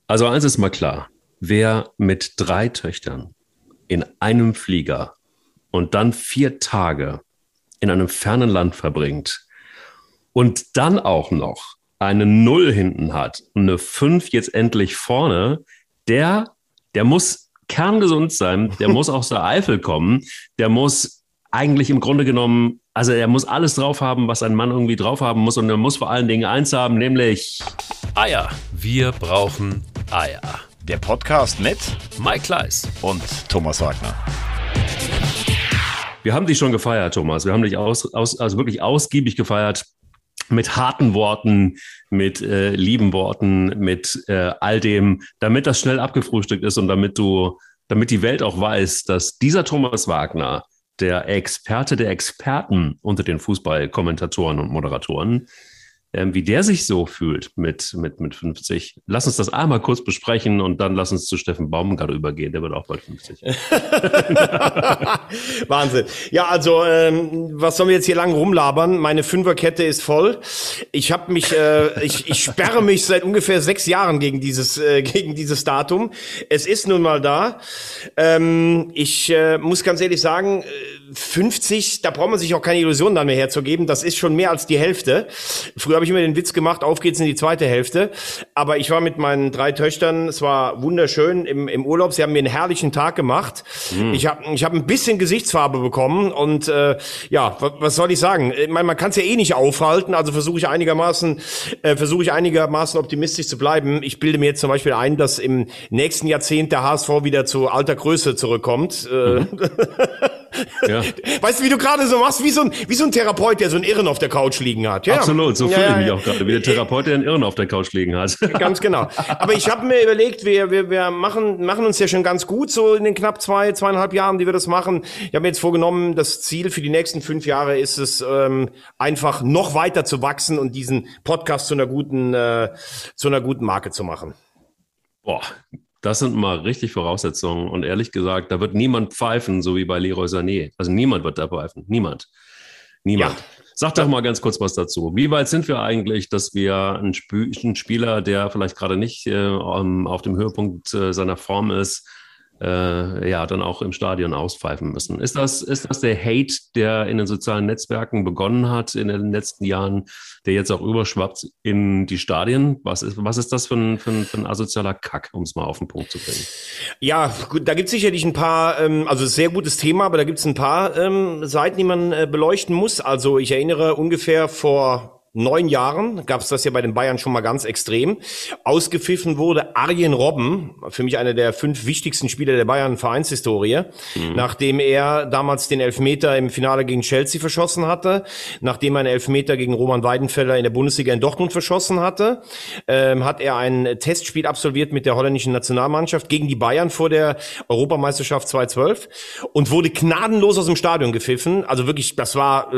Also eins ist mal klar, wer mit 3 Töchtern in einem Flieger und dann 4 Tage in einem fernen Land verbringt und dann auch noch eine Null hinten hat und eine 5 jetzt endlich vorne, der muss kerngesund sein, der muss aus der Eifel kommen, der muss eigentlich im Grunde genommen, also er muss alles drauf haben, was ein Mann irgendwie drauf haben muss, und er muss vor allen Dingen eins haben, nämlich Eier. Wir brauchen Eier. Der Podcast mit Mike Kleiss und Thomas Wagner. wir haben dich schon gefeiert, Thomas. Wir haben dich also wirklich ausgiebig gefeiert mit harten Worten, mit lieben Worten, mit all dem, damit das schnell abgefrühstückt ist und damit die Welt auch weiß, dass dieser Thomas Wagner, der Experte der Experten unter den Fußballkommentatoren und Moderatoren, wie der sich so fühlt mit 50. Lass uns das einmal kurz besprechen und dann lass uns zu Steffen Baumgart übergehen. Der wird auch bald 50. Wahnsinn. Ja, also was sollen wir jetzt hier lang rumlabern? Meine Fünferkette ist voll. Ich sperre mich seit ungefähr 6 Jahren gegen dieses Datum. Es ist nun mal da. Ich muss ganz ehrlich sagen, 50, da braucht man sich auch keine Illusionen dann mehr herzugeben. Das ist schon mehr als die Hälfte. Früher habe ich immer den Witz gemacht, auf geht's in die zweite Hälfte. Aber ich war mit meinen 3 Töchtern, es war wunderschön im Urlaub. Sie haben mir einen herrlichen Tag gemacht. Ich hab ein bisschen Gesichtsfarbe bekommen und was soll ich sagen? Ich meine, man kann es ja eh nicht aufhalten, also versuche ich einigermaßen optimistisch zu bleiben. Ich bilde mir jetzt zum Beispiel ein, dass im nächsten Jahrzehnt der HSV wieder zu alter Größe zurückkommt. Ja. Weißt du, wie du gerade so machst, wie so ein Therapeut, der so einen Irren auf der Couch liegen hat. Ja. Absolut, so fühle ich mich auch gerade, wie der Therapeut, der einen Irren auf der Couch liegen hat. Ganz genau. Aber ich habe mir überlegt, wir machen uns ja schon ganz gut so in den knapp 2,5 Jahren, die wir das machen. Ich habe mir jetzt vorgenommen, das Ziel für die nächsten 5 Jahre ist es, einfach noch weiter zu wachsen und diesen Podcast zu einer guten Marke zu machen. Boah, das sind mal richtig Voraussetzungen. Und ehrlich gesagt, da wird niemand pfeifen, so wie bei Leroy Sané. Also niemand wird da pfeifen. Niemand. Ja. Sag doch mal ganz kurz was dazu. Wie weit sind wir eigentlich, dass wir einen Spieler, der vielleicht gerade nicht auf dem Höhepunkt seiner Form ist, dann auch im Stadion auspfeifen müssen? Ist das der Hate, der in den sozialen Netzwerken begonnen hat in den letzten Jahren, der jetzt auch überschwappt in die Stadien? Was ist das für ein asozialer Kack, um es mal auf den Punkt zu bringen? Ja, gut, da gibt es sicherlich ein paar, also sehr gutes Thema, aber da gibt es ein paar Seiten, die man beleuchten muss. Also ich erinnere ungefähr vor 9 Jahren gab es das ja bei den Bayern schon mal ganz extrem. Ausgepfiffen wurde Arjen Robben, für mich einer der 5 wichtigsten Spieler der Bayern-Vereinshistorie, nachdem er damals den Elfmeter im Finale gegen Chelsea verschossen hatte, nachdem er einen Elfmeter gegen Roman Weidenfeller in der Bundesliga in Dortmund verschossen hatte, hat er ein Testspiel absolviert mit der holländischen Nationalmannschaft gegen die Bayern vor der Europameisterschaft 2012 und wurde gnadenlos aus dem Stadion gepfiffen. Also wirklich, das war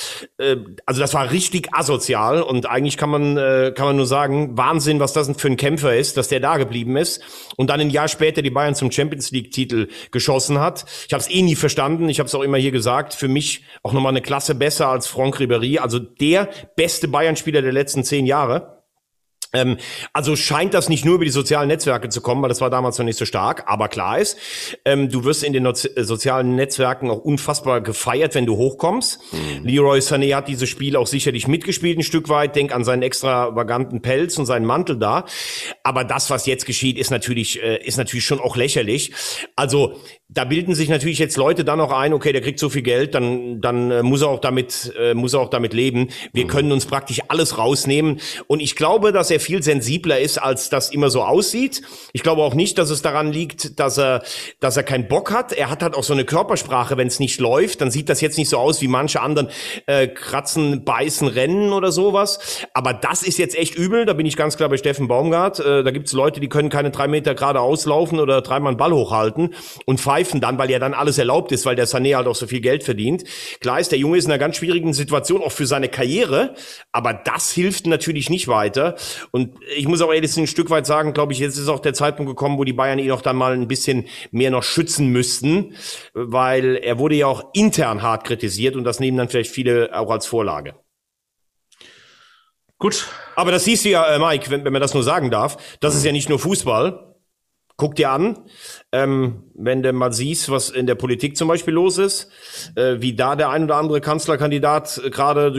richtig asozial. Und eigentlich kann man nur sagen, Wahnsinn, was das für ein Kämpfer ist, dass der da geblieben ist und dann ein Jahr später die Bayern zum Champions-League-Titel geschossen hat. Ich habe es nie verstanden, ich habe es auch immer hier gesagt, für mich auch nochmal eine Klasse besser als Franck Ribéry, also der beste Bayern-Spieler der letzten 10 Jahre. Also scheint das nicht nur über die sozialen Netzwerke zu kommen, weil das war damals noch nicht so stark, aber klar ist, du wirst in den sozialen Netzwerken auch unfassbar gefeiert, wenn du hochkommst. Leroy Sané hat dieses Spiel auch sicherlich mitgespielt ein Stück weit, denk an seinen extravaganten Pelz und seinen Mantel da, aber das, was jetzt geschieht, ist natürlich schon auch lächerlich. Also da bilden sich natürlich jetzt Leute dann auch ein, okay, der kriegt so viel Geld, dann muss er auch damit leben. Wir können uns praktisch alles rausnehmen und ich glaube, dass er viel sensibler ist, als das immer so aussieht. Ich glaube auch nicht, dass es daran liegt, dass er keinen Bock hat. Er hat halt auch so eine Körpersprache, wenn es nicht läuft, dann sieht das jetzt nicht so aus wie manche anderen kratzen, beißen, rennen oder sowas. Aber das ist jetzt echt übel, da bin ich ganz klar bei Steffen Baumgart. Da gibt's Leute, die können keine 3 Meter geradeaus laufen oder 3-mal einen Ball hochhalten und pfeifen dann, weil ja dann alles erlaubt ist, weil der Sané halt auch so viel Geld verdient. Klar ist, der Junge ist in einer ganz schwierigen Situation, auch für seine Karriere, aber das hilft natürlich nicht weiter. Und ich muss auch ehrlich ein Stück weit sagen, glaube ich, jetzt ist auch der Zeitpunkt gekommen, wo die Bayern ihn auch dann mal ein bisschen mehr noch schützen müssten, weil er wurde ja auch intern hart kritisiert und das nehmen dann vielleicht viele auch als Vorlage. Gut. Aber das siehst du ja, Mike, wenn man das nur sagen darf, das ist ja nicht nur Fußball. Guck dir an, wenn du mal siehst, was in der Politik zum Beispiel los ist, wie da der ein oder andere Kanzlerkandidat gerade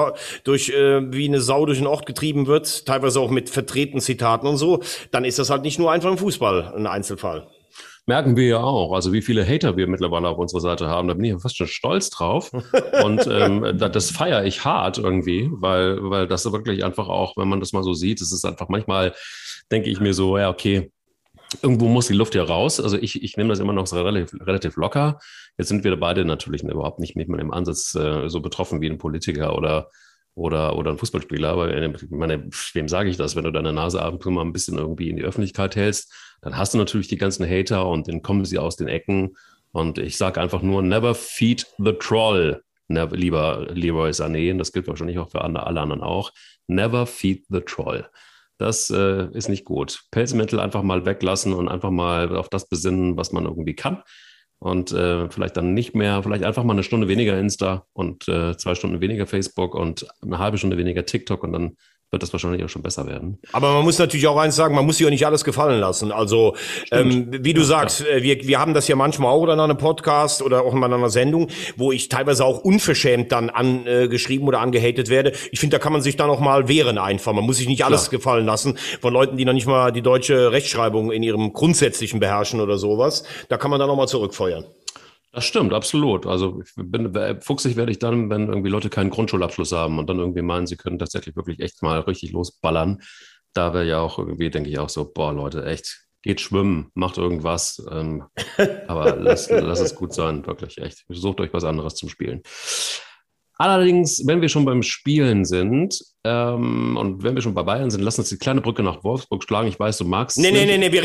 wie eine Sau durch den Ort getrieben wird, teilweise auch mit verdrehten Zitaten und so, dann ist das halt nicht nur einfach im Fußball ein Einzelfall. Merken wir ja auch, also wie viele Hater wir mittlerweile auf unserer Seite haben, da bin ich ja fast schon stolz drauf. Und das feiere ich hart irgendwie, weil das wirklich einfach auch, wenn man das mal so sieht, es ist einfach manchmal, denke ich mir so, ja, okay, irgendwo muss die Luft ja raus. Also ich nehme das immer noch so relativ locker. Jetzt sind wir beide natürlich überhaupt nicht mit dem Ansatz so betroffen wie ein Politiker oder ein Fußballspieler. Aber ich meine, wem sage ich das? Wenn du deine Nase ab und zu mal ein bisschen irgendwie in die Öffentlichkeit hältst, dann hast du natürlich die ganzen Hater und dann kommen sie aus den Ecken. Und ich sage einfach nur, never feed the troll, lieber Leroy Sané. Und das gilt wahrscheinlich auch für alle anderen auch. Never feed the troll. Das ist nicht gut. Pelzmäntel einfach mal weglassen und einfach mal auf das besinnen, was man irgendwie kann. Und vielleicht dann nicht mehr, vielleicht einfach mal eine Stunde weniger Insta und 2 Stunden weniger Facebook und eine halbe Stunde weniger TikTok und dann wird das wahrscheinlich auch schon besser werden. Aber man muss natürlich auch eins sagen, man muss sich auch nicht alles gefallen lassen. Also wie du sagst, wir haben das ja manchmal auch oder in einem Podcast oder auch in einer Sendung, wo ich teilweise auch unverschämt dann angeschrieben oder angehatet werde. Ich finde, da kann man sich dann auch mal wehren einfach. Man muss sich nicht alles gefallen lassen von Leuten, die noch nicht mal die deutsche Rechtschreibung in ihrem Grundsätzlichen beherrschen oder sowas. Da kann man dann auch mal zurückfeuern. Das stimmt, absolut. Also fuchsig werde ich dann, wenn irgendwie Leute keinen Grundschulabschluss haben und dann irgendwie meinen, sie können tatsächlich wirklich echt mal richtig losballern. Da wäre ja auch irgendwie, denke ich auch so, boah Leute, echt, geht schwimmen, macht irgendwas. Aber lasst es gut sein, wirklich, echt. Sucht euch was anderes zum Spielen. Allerdings, wenn wir schon beim Spielen sind und wenn wir schon bei Bayern sind, lass uns die kleine Brücke nach Wolfsburg schlagen. Ich weiß, du magst es Nee, wir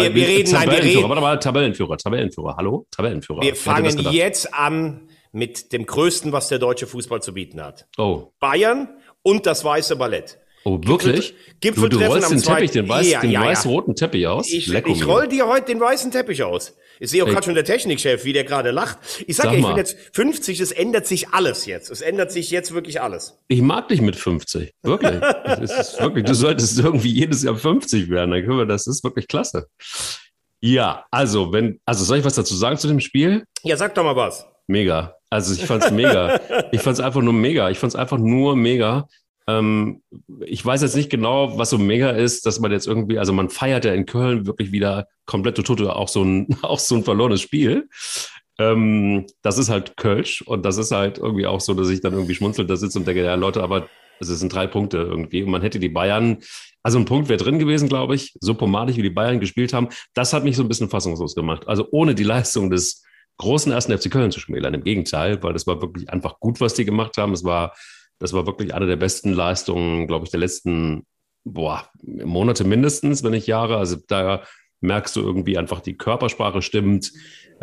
reden Tabellenführer. Hallo? Tabellenführer. Wir fangen jetzt an mit dem Größten, was der deutsche Fußball zu bieten hat. Oh. Bayern und das Weiße Ballett. Oh, wirklich? Du rollst den Teppich, den weiß-roten Teppich aus? Ich roll dir heute den weißen Teppich aus. Ich sehe auch gerade schon der Technikchef, wie der gerade lacht. Ich sag ja, ich bin jetzt 50, es ändert sich alles jetzt. Es ändert sich jetzt wirklich alles. Ich mag dich mit 50, wirklich. Wirklich. Du solltest irgendwie jedes Jahr 50 werden. Das ist wirklich klasse. Ja, also soll ich was dazu sagen zu dem Spiel? Ja, sag doch mal was. Mega. Also ich fand's mega. Ich fand's einfach nur mega. Ich weiß jetzt nicht genau, was so mega ist, dass man jetzt irgendwie, also man feiert ja in Köln wirklich wieder komplett Toto auch so ein verlorenes Spiel. Das ist halt Kölsch und das ist halt irgendwie auch so, dass ich dann irgendwie schmunzelnd da sitze und denke, ja Leute, aber es sind 3 Punkte irgendwie und man hätte die Bayern, also ein Punkt wäre drin gewesen, glaube ich, so pomadig wie die Bayern gespielt haben. Das hat mich so ein bisschen fassungslos gemacht. Also ohne die Leistung des großen 1. FC Köln zu schmälern, im Gegenteil, weil das war wirklich einfach gut, was die gemacht haben. Das war wirklich eine der besten Leistungen, glaube ich, der letzten Monate mindestens, wenn nicht Jahre. Also da merkst du irgendwie einfach, die Körpersprache stimmt.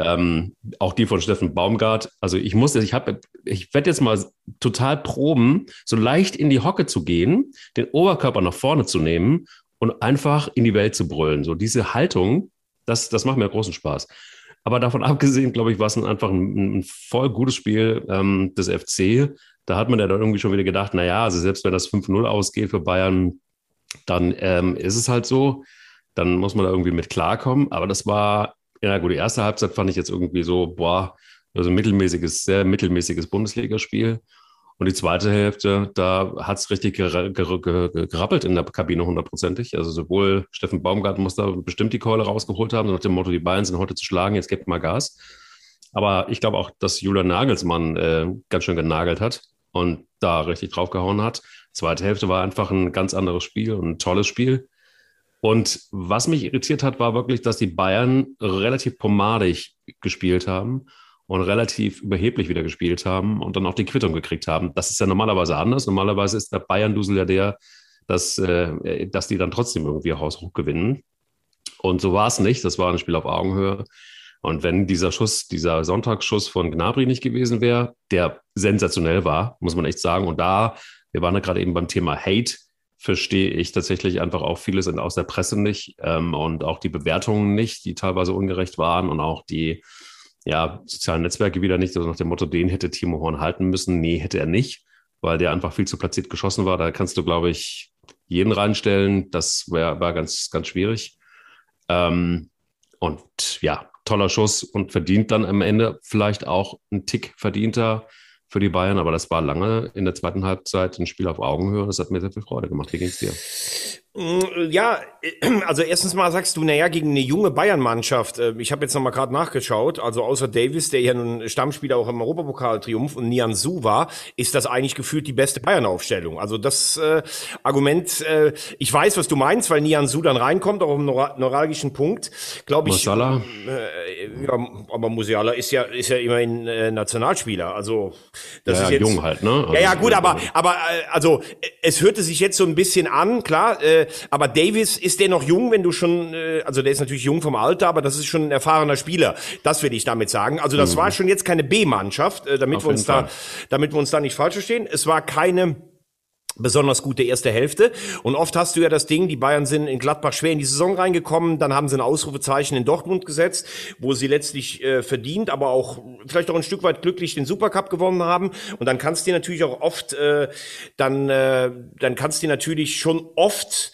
Auch die von Steffen Baumgart. Also ich werde jetzt mal total proben, so leicht in die Hocke zu gehen, den Oberkörper nach vorne zu nehmen und einfach in die Welt zu brüllen. So diese Haltung, das macht mir großen Spaß. Aber davon abgesehen, glaube ich, war es einfach ein voll gutes Spiel des FC. Da hat man ja dann irgendwie schon wieder gedacht, naja, also selbst wenn das 5-0 ausgeht für Bayern, dann ist es halt so. Dann muss man da irgendwie mit klarkommen. Aber das war, ja gut, die erste Halbzeit fand ich jetzt irgendwie so, also sehr mittelmäßiges Bundesligaspiel. Und die zweite Hälfte, da hat es richtig gerappelt in der Kabine 100%. Also sowohl Steffen Baumgart muss da bestimmt die Keule rausgeholt haben, so nach dem Motto, die Bayern sind heute zu schlagen, jetzt gebt mal Gas. Aber ich glaube auch, dass Julian Nagelsmann ganz schön genagelt hat und da richtig draufgehauen hat. Zweite Hälfte war einfach ein ganz anderes Spiel und ein tolles Spiel. Und was mich irritiert hat, war wirklich, dass die Bayern relativ pomadig gespielt haben und relativ überheblich wieder gespielt haben und dann auch die Quittung gekriegt haben. Das ist ja normalerweise anders. Normalerweise ist der Bayern-Dusel ja der, dass die dann trotzdem irgendwie haushoch gewinnen. Und so war es nicht. Das war ein Spiel auf Augenhöhe. Und wenn dieser Sonntagsschuss von Gnabry nicht gewesen wäre, der sensationell war, muss man echt sagen. Und wir waren ja gerade eben beim Thema Hate, verstehe ich tatsächlich einfach auch vieles aus der Presse nicht und auch die Bewertungen nicht, die teilweise ungerecht waren und auch die sozialen Netzwerke wieder nicht, also nach dem Motto, den hätte Timo Horn halten müssen. Nee, hätte er nicht. weil der einfach viel zu platziert geschossen war. Da kannst du, glaube ich, jeden reinstellen. Das war ganz, ganz schwierig. Und ja, toller Schuss und verdient dann am Ende vielleicht auch einen Tick verdienter für die Bayern, aber das war lange in der zweiten Halbzeit ein Spiel auf Augenhöhe. Das hat mir sehr viel Freude gemacht. Wie ging's dir? Ja, also erstens mal sagst du, naja, gegen eine junge Bayern-Mannschaft, ich habe jetzt nochmal gerade nachgeschaut, also außer Davis, der ja nun Stammspieler auch im Europapokal-Triumph und Nianzou war, ist das eigentlich gefühlt die beste Bayern-Aufstellung. Also das Argument, ich weiß, was du meinst, weil Nianzou dann reinkommt, auch im neuralgischen Punkt, glaube ich. Musiala? Ja, aber Musiala ist ja immerhin Nationalspieler, also das ist jetzt jung halt, ne? Also, ja, gut, aber also es hörte sich jetzt so ein bisschen an, klar, aber Davis, ist der noch jung, wenn du schon, also der ist natürlich jung vom Alter, aber das ist schon ein erfahrener Spieler. Das will ich damit sagen. Also das war schon jetzt keine B-Mannschaft, damit wir uns da nicht falsch verstehen. Es war keine besonders gute erste Hälfte. Und oft hast du ja das Ding, die Bayern sind in Gladbach schwer in die Saison reingekommen, dann haben sie ein Ausrufezeichen in Dortmund gesetzt, wo sie letztlich verdient, aber auch vielleicht auch ein Stück weit glücklich den Supercup gewonnen haben. Und dann kannst du natürlich auch oft, dann kannst du natürlich schon oft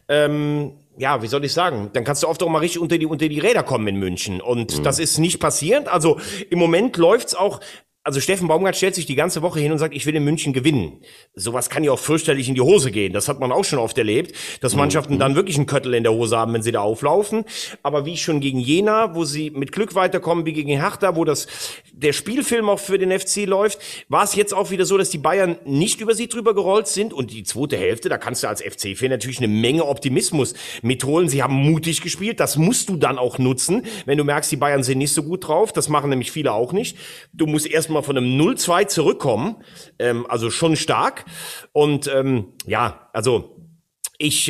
ja, wie soll ich sagen? Dann kannst du oft auch mal richtig unter die Räder kommen in München. Und das ist nicht passiert. Also im Moment läuft's auch. Also Steffen Baumgart stellt sich die ganze Woche hin und sagt, ich will in München gewinnen. Sowas kann ja auch fürchterlich in die Hose gehen. Das hat man auch schon oft erlebt, dass Mannschaften dann wirklich einen Köttel in der Hose haben, wenn sie da auflaufen. Aber wie schon gegen Jena, wo sie mit Glück weiterkommen, wie gegen Hertha, wo der Spielfilm auch für den FC läuft, war es jetzt auch wieder so, dass die Bayern nicht über sie drüber gerollt sind. Und die zweite Hälfte, da kannst du als FC-Fan natürlich eine Menge Optimismus mitholen. Sie haben mutig gespielt. Das musst du dann auch nutzen, wenn du merkst, die Bayern sind nicht so gut drauf. Das machen nämlich viele auch nicht. Du musst erstmal von einem 0-2 zurückkommen, also schon stark. Und ja, also ich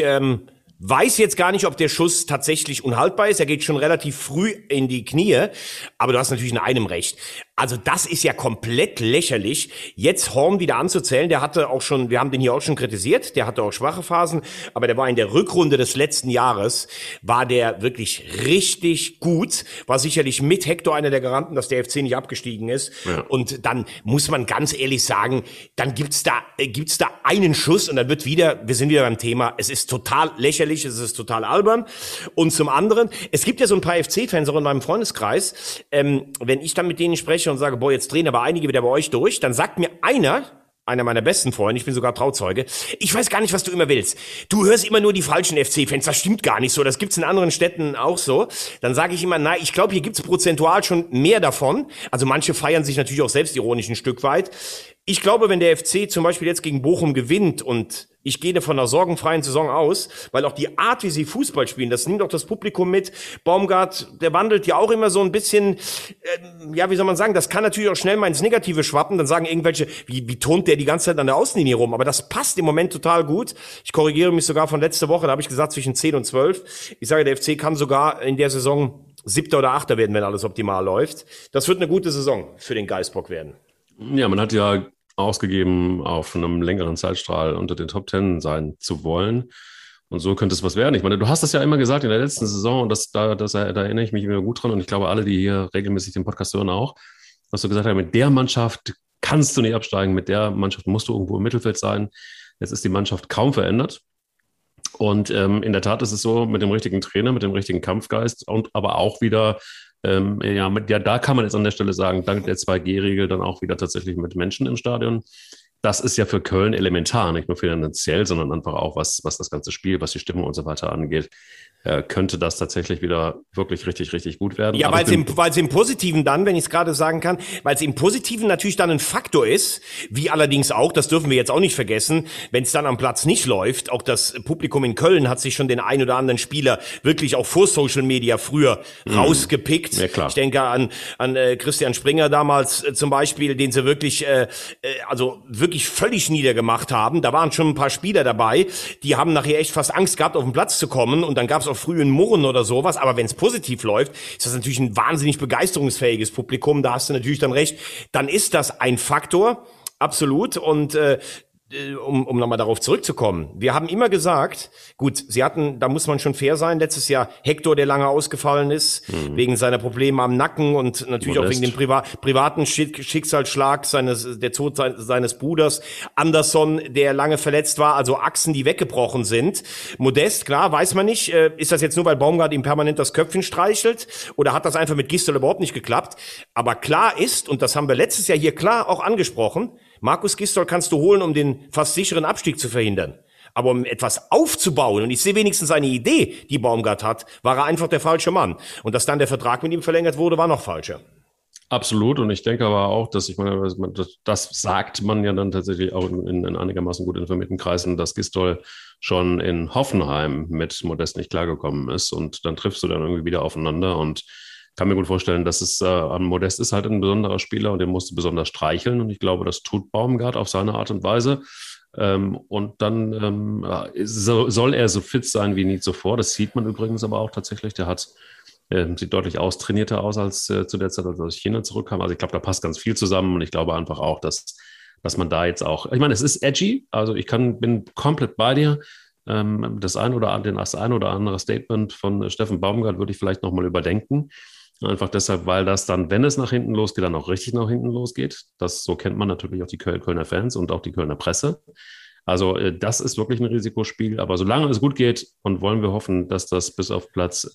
weiß jetzt gar nicht, ob der Schuss tatsächlich unhaltbar ist. Er geht schon relativ früh in die Knie, aber du hast natürlich in einem recht. Also das ist ja komplett lächerlich, jetzt Horn wieder anzuzählen. Der hatte auch schon, wir haben den hier auch schon kritisiert, der hatte auch schwache Phasen, aber der war in der Rückrunde des letzten Jahres, war der wirklich richtig gut, war sicherlich mit Hector einer der Garanten, dass der FC nicht abgestiegen ist. Ja. Und dann muss man ganz ehrlich sagen, dann gibt's da einen Schuss und dann wir sind wieder beim Thema, es ist total lächerlich, es ist total albern. Und zum anderen, es gibt ja so ein paar FC-Fans auch in meinem Freundeskreis, wenn ich dann mit denen spreche und sage, boah, jetzt drehen aber einige wieder bei euch durch, dann sagt mir einer meiner besten Freunde, ich bin sogar Trauzeuge, ich weiß gar nicht, was du immer willst. Du hörst immer nur die falschen FC-Fans, das stimmt gar nicht so, das gibt's in anderen Städten auch so. Dann sage ich immer, na, ich glaube, hier gibt's prozentual schon mehr davon. Also manche feiern sich natürlich auch selbstironisch ein Stück weit. Ich glaube, wenn der FC zum Beispiel jetzt gegen Bochum gewinnt und ich gehe von einer sorgenfreien Saison aus, weil auch die Art, wie sie Fußball spielen, das nimmt auch das Publikum mit. Baumgart, der wandelt ja auch immer so ein bisschen, ja, wie soll man sagen, das kann natürlich auch schnell mal ins Negative schwappen. Dann sagen irgendwelche, wie turnt der die ganze Zeit an der Außenlinie rum? Aber das passt im Moment total gut. Ich korrigiere mich sogar von letzter Woche, da habe ich gesagt zwischen 10 und 12. Ich sage, der FC kann sogar in der Saison 7. oder 8. werden, wenn alles optimal läuft. Das wird eine gute Saison für den Geisbock werden. Ja, man hat ja ausgegeben, auf einem längeren Zeitstrahl unter den Top 10 sein zu wollen. Und so könnte es was werden. Ich meine, du hast das ja immer gesagt in der letzten Saison und da erinnere ich mich immer gut dran und ich glaube, alle, die hier regelmäßig den Podcast hören auch, dass du gesagt hast, mit der Mannschaft kannst du nicht absteigen, mit der Mannschaft musst du irgendwo im Mittelfeld sein. Jetzt ist die Mannschaft kaum verändert. Und in der Tat ist es so, mit dem richtigen Trainer, mit dem richtigen Kampfgeist und aber auch wieder da kann man jetzt an der Stelle sagen, dank der 2G-Regel dann auch wieder tatsächlich mit Menschen im Stadion. Das ist ja für Köln elementar, nicht nur finanziell, sondern einfach auch, was das ganze Spiel, was die Stimmung und so weiter angeht, könnte das tatsächlich wieder wirklich richtig, richtig gut werden. Ja, weil es im Positiven dann, wenn ich es gerade sagen kann, weil es im Positiven natürlich dann ein Faktor ist, wie allerdings auch, das dürfen wir jetzt auch nicht vergessen, wenn es dann am Platz nicht läuft, auch das Publikum in Köln hat sich schon den ein oder anderen Spieler wirklich auch vor Social Media früher rausgepickt. Ja, klar. Ich denke an Christian Springer damals zum Beispiel, den sie wirklich, also wirklich völlig niedergemacht haben. Da waren schon ein paar Spieler dabei, die haben nachher echt fast Angst gehabt, auf den Platz zu kommen und dann gab es auch frühen Murren oder sowas, aber wenn es positiv läuft, ist das natürlich ein wahnsinnig begeisterungsfähiges Publikum, da hast du natürlich dann recht, dann ist das ein Faktor, absolut, und um nochmal darauf zurückzukommen. Wir haben immer gesagt, gut, da muss man schon fair sein, letztes Jahr Hector, der lange ausgefallen ist, wegen seiner Probleme am Nacken und natürlich auch wegen dem privaten Schicksalsschlag der Tod seines Bruders. Anderson, der lange verletzt war, also Achsen, die weggebrochen sind. Modest, klar, weiß man nicht, ist das jetzt nur, weil Baumgart ihm permanent das Köpfchen streichelt oder hat das einfach mit Gisdol überhaupt nicht geklappt? Aber klar ist, und das haben wir letztes Jahr hier klar auch angesprochen, Markus Gisdol kannst du holen, um den fast sicheren Abstieg zu verhindern. Aber um etwas aufzubauen, und ich sehe wenigstens eine Idee, die Baumgart hat, war er einfach der falsche Mann. Und dass dann der Vertrag mit ihm verlängert wurde, war noch falscher. Absolut. Und ich denke aber auch, dass das sagt man ja dann tatsächlich auch in einigermaßen gut informierten Kreisen, dass Gisdol schon in Hoffenheim mit Modest nicht klargekommen ist. Und dann triffst du dann irgendwie wieder aufeinander und kann mir gut vorstellen, dass Modest ist halt ein besonderer Spieler und den musst du besonders streicheln. Und ich glaube, das tut Baumgart auf seine Art und Weise. Und dann soll er so fit sein wie nie zuvor. Das sieht man übrigens aber auch tatsächlich. Der sieht deutlich austrainierter aus als zu der Zeit, als er aus China zurückkam. Also ich glaube, da passt ganz viel zusammen. Und ich glaube einfach auch, dass man da jetzt auch, ich meine, es ist edgy. Also bin komplett bei dir. Das ein oder andere Statement von Steffen Baumgart würde ich vielleicht nochmal überdenken. Einfach deshalb, weil das dann, wenn es nach hinten losgeht, dann auch richtig nach hinten losgeht. So kennt man natürlich auch die Kölner Fans und auch die Kölner Presse. Also das ist wirklich ein Risikospiel. Aber solange es gut geht und wollen wir hoffen, dass das bis auf Platz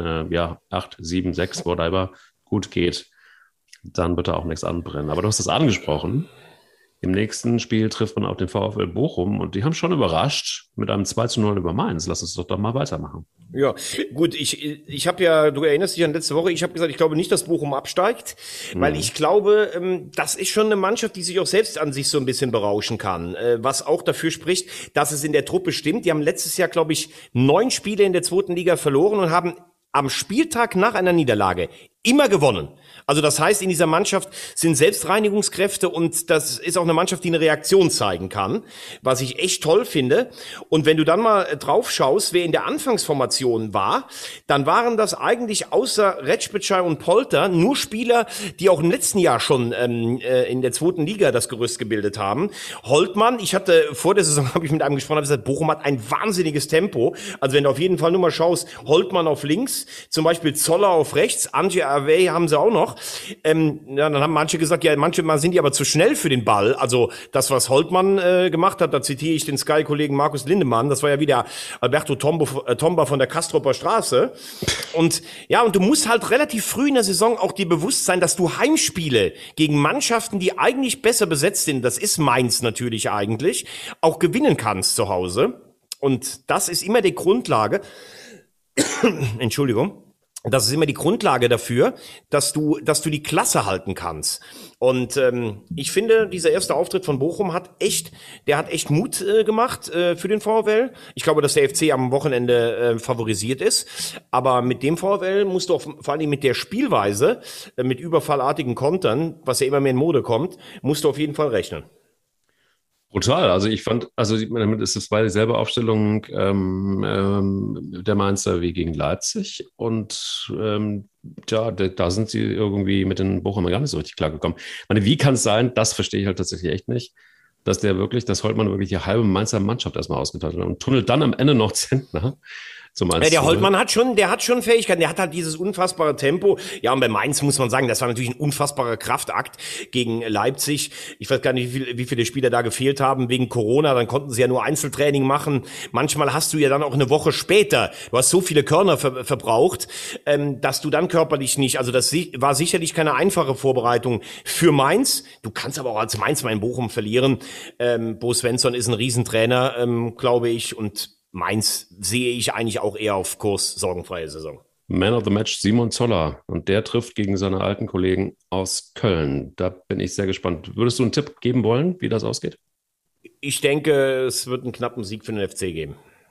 8, 7, 6, whatever, gut geht, dann wird da auch nichts anbrennen. Aber du hast das angesprochen. Im nächsten Spiel trifft man auf den VfL Bochum und die haben schon überrascht mit einem 2:0 über Mainz. Lass uns doch mal weitermachen. Ja, gut, ich habe ja, du erinnerst dich an letzte Woche, ich habe gesagt, ich glaube nicht, dass Bochum absteigt, weil ich glaube, das ist schon eine Mannschaft, die sich auch selbst an sich so ein bisschen berauschen kann, was auch dafür spricht, dass es in der Truppe stimmt. Die haben letztes Jahr, glaube ich, 9 Spiele in der 2. Liga verloren und haben am Spieltag nach einer Niederlage immer gewonnen. Also das heißt, in dieser Mannschaft sind Selbstreinigungskräfte und das ist auch eine Mannschaft, die eine Reaktion zeigen kann, was ich echt toll finde. Und wenn du dann mal drauf schaust, wer in der Anfangsformation war, dann waren das eigentlich außer Retschbitschei und Polter nur Spieler, die auch im letzten Jahr schon in der 2. Liga das Gerüst gebildet haben. Holtmann, vor der Saison habe ich mit einem gesprochen, habe gesagt, Bochum hat ein wahnsinniges Tempo. Also wenn du auf jeden Fall nur mal schaust, Holtmann auf links, zum Beispiel Zoller auf rechts, Angie Avery haben sie auch noch. Dann haben manche gesagt, ja, manchmal sind die aber zu schnell für den Ball. Also das, was Holtmann gemacht hat, da zitiere ich den Sky-Kollegen Markus Lindemann, das war ja wieder Alberto Tomba von der Kastropper Straße. Und ja, und du musst halt relativ früh in der Saison auch dir bewusst sein, dass du Heimspiele gegen Mannschaften, die eigentlich besser besetzt sind, das ist Mainz natürlich eigentlich, auch gewinnen kannst zu Hause. Und das ist immer die Grundlage, Entschuldigung, das ist immer die Grundlage dafür, dass du die Klasse halten kannst. Und ich finde, dieser erste Auftritt von Bochum hat echt Mut gemacht für den VfL. Ich glaube, dass der FC am Wochenende favorisiert ist. Aber mit dem VfL musst du auch, vor allem mit der Spielweise, mit überfallartigen Kontern, was ja immer mehr in Mode kommt, musst du auf jeden Fall rechnen. Brutal. Also ich fand, damit ist es beide dieselbe Aufstellung der Mainzer wie gegen Leipzig und da sind sie irgendwie mit den Bochumer gar nicht so richtig klargekommen. Ich meine, wie kann es sein, das verstehe ich halt tatsächlich echt nicht, dass Holtmann wirklich die halbe Mainzer Mannschaft erstmal ausgetauscht hat und tunnelt dann am Ende noch Zentner. Ja, der Holtmann hat schon Fähigkeiten, der hat halt dieses unfassbare Tempo. Ja, und bei Mainz muss man sagen, das war natürlich ein unfassbarer Kraftakt gegen Leipzig. Ich weiß gar nicht, wie viele Spieler da gefehlt haben wegen Corona, dann konnten sie ja nur Einzeltraining machen. Manchmal hast du ja dann auch eine Woche später, du hast so viele Körner verbraucht, dass du dann körperlich nicht, also das war sicherlich keine einfache Vorbereitung für Mainz. Du kannst aber auch als Mainz mal in Bochum verlieren. Bo Svensson ist ein Riesentrainer, glaube ich, und Mainz sehe ich eigentlich auch eher auf Kurs sorgenfreie Saison. Man of the Match Simon Zoller und der trifft gegen seine alten Kollegen aus Köln. Da bin ich sehr gespannt. Würdest du einen Tipp geben wollen, wie das ausgeht? Ich denke, es wird einen knappen Sieg für den FC geben.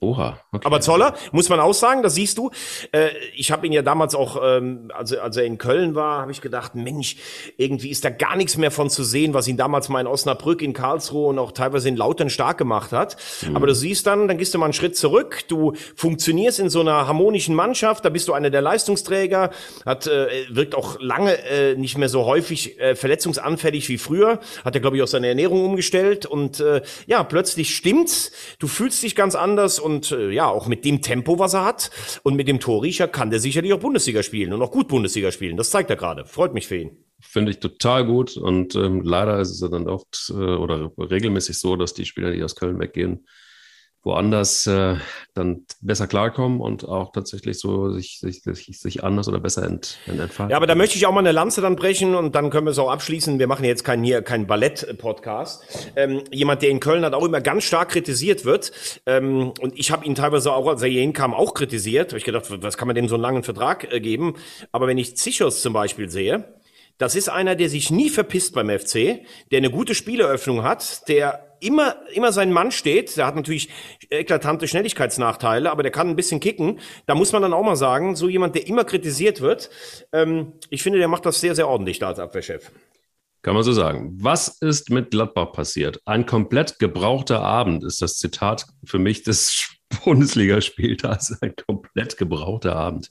Oha. Okay. Aber Zoller, muss man auch sagen, das siehst du. Ich habe ihn ja damals auch, als er in Köln war, habe ich gedacht, Mensch, irgendwie ist da gar nichts mehr von zu sehen, was ihn damals mal in Osnabrück, in Karlsruhe und auch teilweise in Lautern stark gemacht hat. Aber du siehst dann gehst du mal einen Schritt zurück, du funktionierst in so einer harmonischen Mannschaft, da bist du einer der Leistungsträger, wirkt auch lange nicht mehr so häufig verletzungsanfällig wie früher, hat er, glaube ich, auch seine Ernährung umgestellt und plötzlich stimmt's, du fühlst dich ganz anders und auch mit dem Tempo, was er hat und mit dem Torriecher kann der sicherlich auch Bundesliga spielen und auch gut Bundesliga spielen. Das zeigt er gerade. Freut mich für ihn. Finde ich total gut und leider ist es ja dann oft oder regelmäßig so, dass die Spieler, die aus Köln weggehen, woanders dann besser klarkommen und auch tatsächlich so sich anders oder besser entfalten. Ja, aber da möchte ich auch mal eine Lanze dann brechen und dann können wir es auch abschließen. Wir machen jetzt keinen Ballett-Podcast. Jemand, der in Köln hat auch immer ganz stark kritisiert wird und ich habe ihn teilweise auch, als er hier hinkam, auch kritisiert. Habe ich gedacht, was kann man dem so einen langen Vertrag geben? Aber wenn ich Zichos zum Beispiel sehe, das ist einer, der sich nie verpisst beim FC, der eine gute Spieleröffnung hat, der immer seinen Mann steht. Der hat natürlich eklatante Schnelligkeitsnachteile, aber der kann ein bisschen kicken. Da muss man dann auch mal sagen, so jemand, der immer kritisiert wird, ich finde, der macht das sehr, sehr ordentlich da als Abwehrchef. Kann man so sagen. Was ist mit Gladbach passiert? Ein komplett gebrauchter Abend ist das Zitat für mich des Bundesligaspieltags. Ein komplett gebrauchter Abend.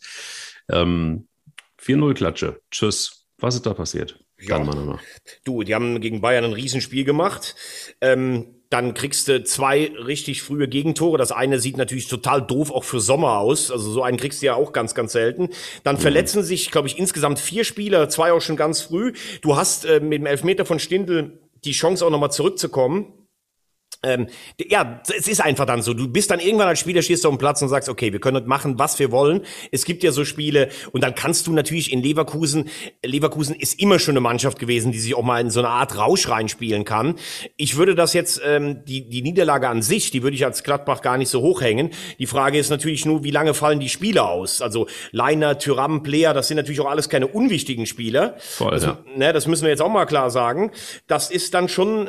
4-0 Klatsche. Tschüss. Was ist da passiert? Ja. Du, die haben gegen Bayern ein Riesenspiel gemacht. Dann kriegst du 2 richtig frühe Gegentore. Das eine sieht natürlich total doof auch für Sommer aus. Also so einen kriegst du ja auch ganz, ganz selten. Dann verletzen sich, glaube ich, insgesamt 4 Spieler, 2 auch schon ganz früh. Du hast mit dem Elfmeter von Stindl die Chance auch nochmal zurückzukommen. Es ist einfach dann so. Du bist dann irgendwann als Spieler, stehst du auf dem Platz und sagst, okay, wir können machen, was wir wollen. Es gibt ja so Spiele und dann kannst du natürlich in Leverkusen ist immer schon eine Mannschaft gewesen, die sich auch mal in so eine Art Rausch reinspielen kann. Ich würde das jetzt, die Niederlage an sich, die würde ich als Gladbach gar nicht so hochhängen. Die Frage ist natürlich nur, wie lange fallen die Spieler aus? Also Leiner, Thuram, Player, das sind natürlich auch alles keine unwichtigen Spieler. Voll, das müssen wir jetzt auch mal klar sagen. Das ist dann schon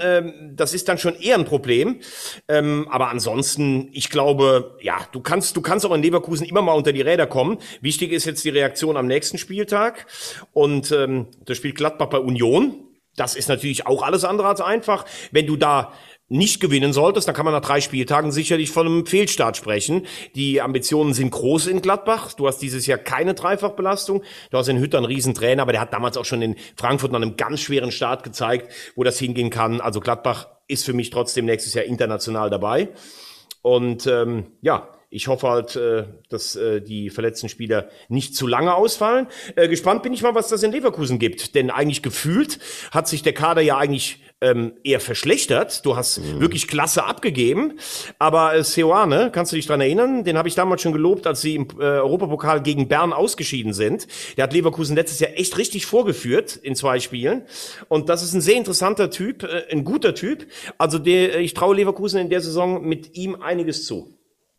eher ein Problem. Aber ansonsten, ich glaube, du kannst auch in Leverkusen immer mal unter die Räder kommen. Wichtig ist jetzt die Reaktion am nächsten Spieltag. Und das spielt Gladbach bei Union. Das ist natürlich auch alles andere als einfach. Wenn du da nicht gewinnen solltest, dann kann man nach 3 Spieltagen sicherlich von einem Fehlstart sprechen. Die Ambitionen sind groß in Gladbach. Du hast dieses Jahr keine Dreifachbelastung. Du hast in Hütter einen Riesen-Trainer, aber der hat damals auch schon in Frankfurt nach einem ganz schweren Start gezeigt, wo das hingehen kann. Also Gladbach ist für mich trotzdem nächstes Jahr international dabei. Und ich hoffe halt, dass die verletzten Spieler nicht zu lange ausfallen. Gespannt bin ich mal, was das in Leverkusen gibt. Denn eigentlich gefühlt hat sich der Kader ja eigentlich eher verschlechtert. Du hast wirklich klasse abgegeben. Aber Seoane, kannst du dich dran erinnern? Den habe ich damals schon gelobt, als sie im Europapokal gegen Bern ausgeschieden sind. Der hat Leverkusen letztes Jahr echt richtig vorgeführt in 2 Spielen. Und das ist ein sehr interessanter Typ, ein guter Typ. Also ich traue Leverkusen in der Saison mit ihm einiges zu.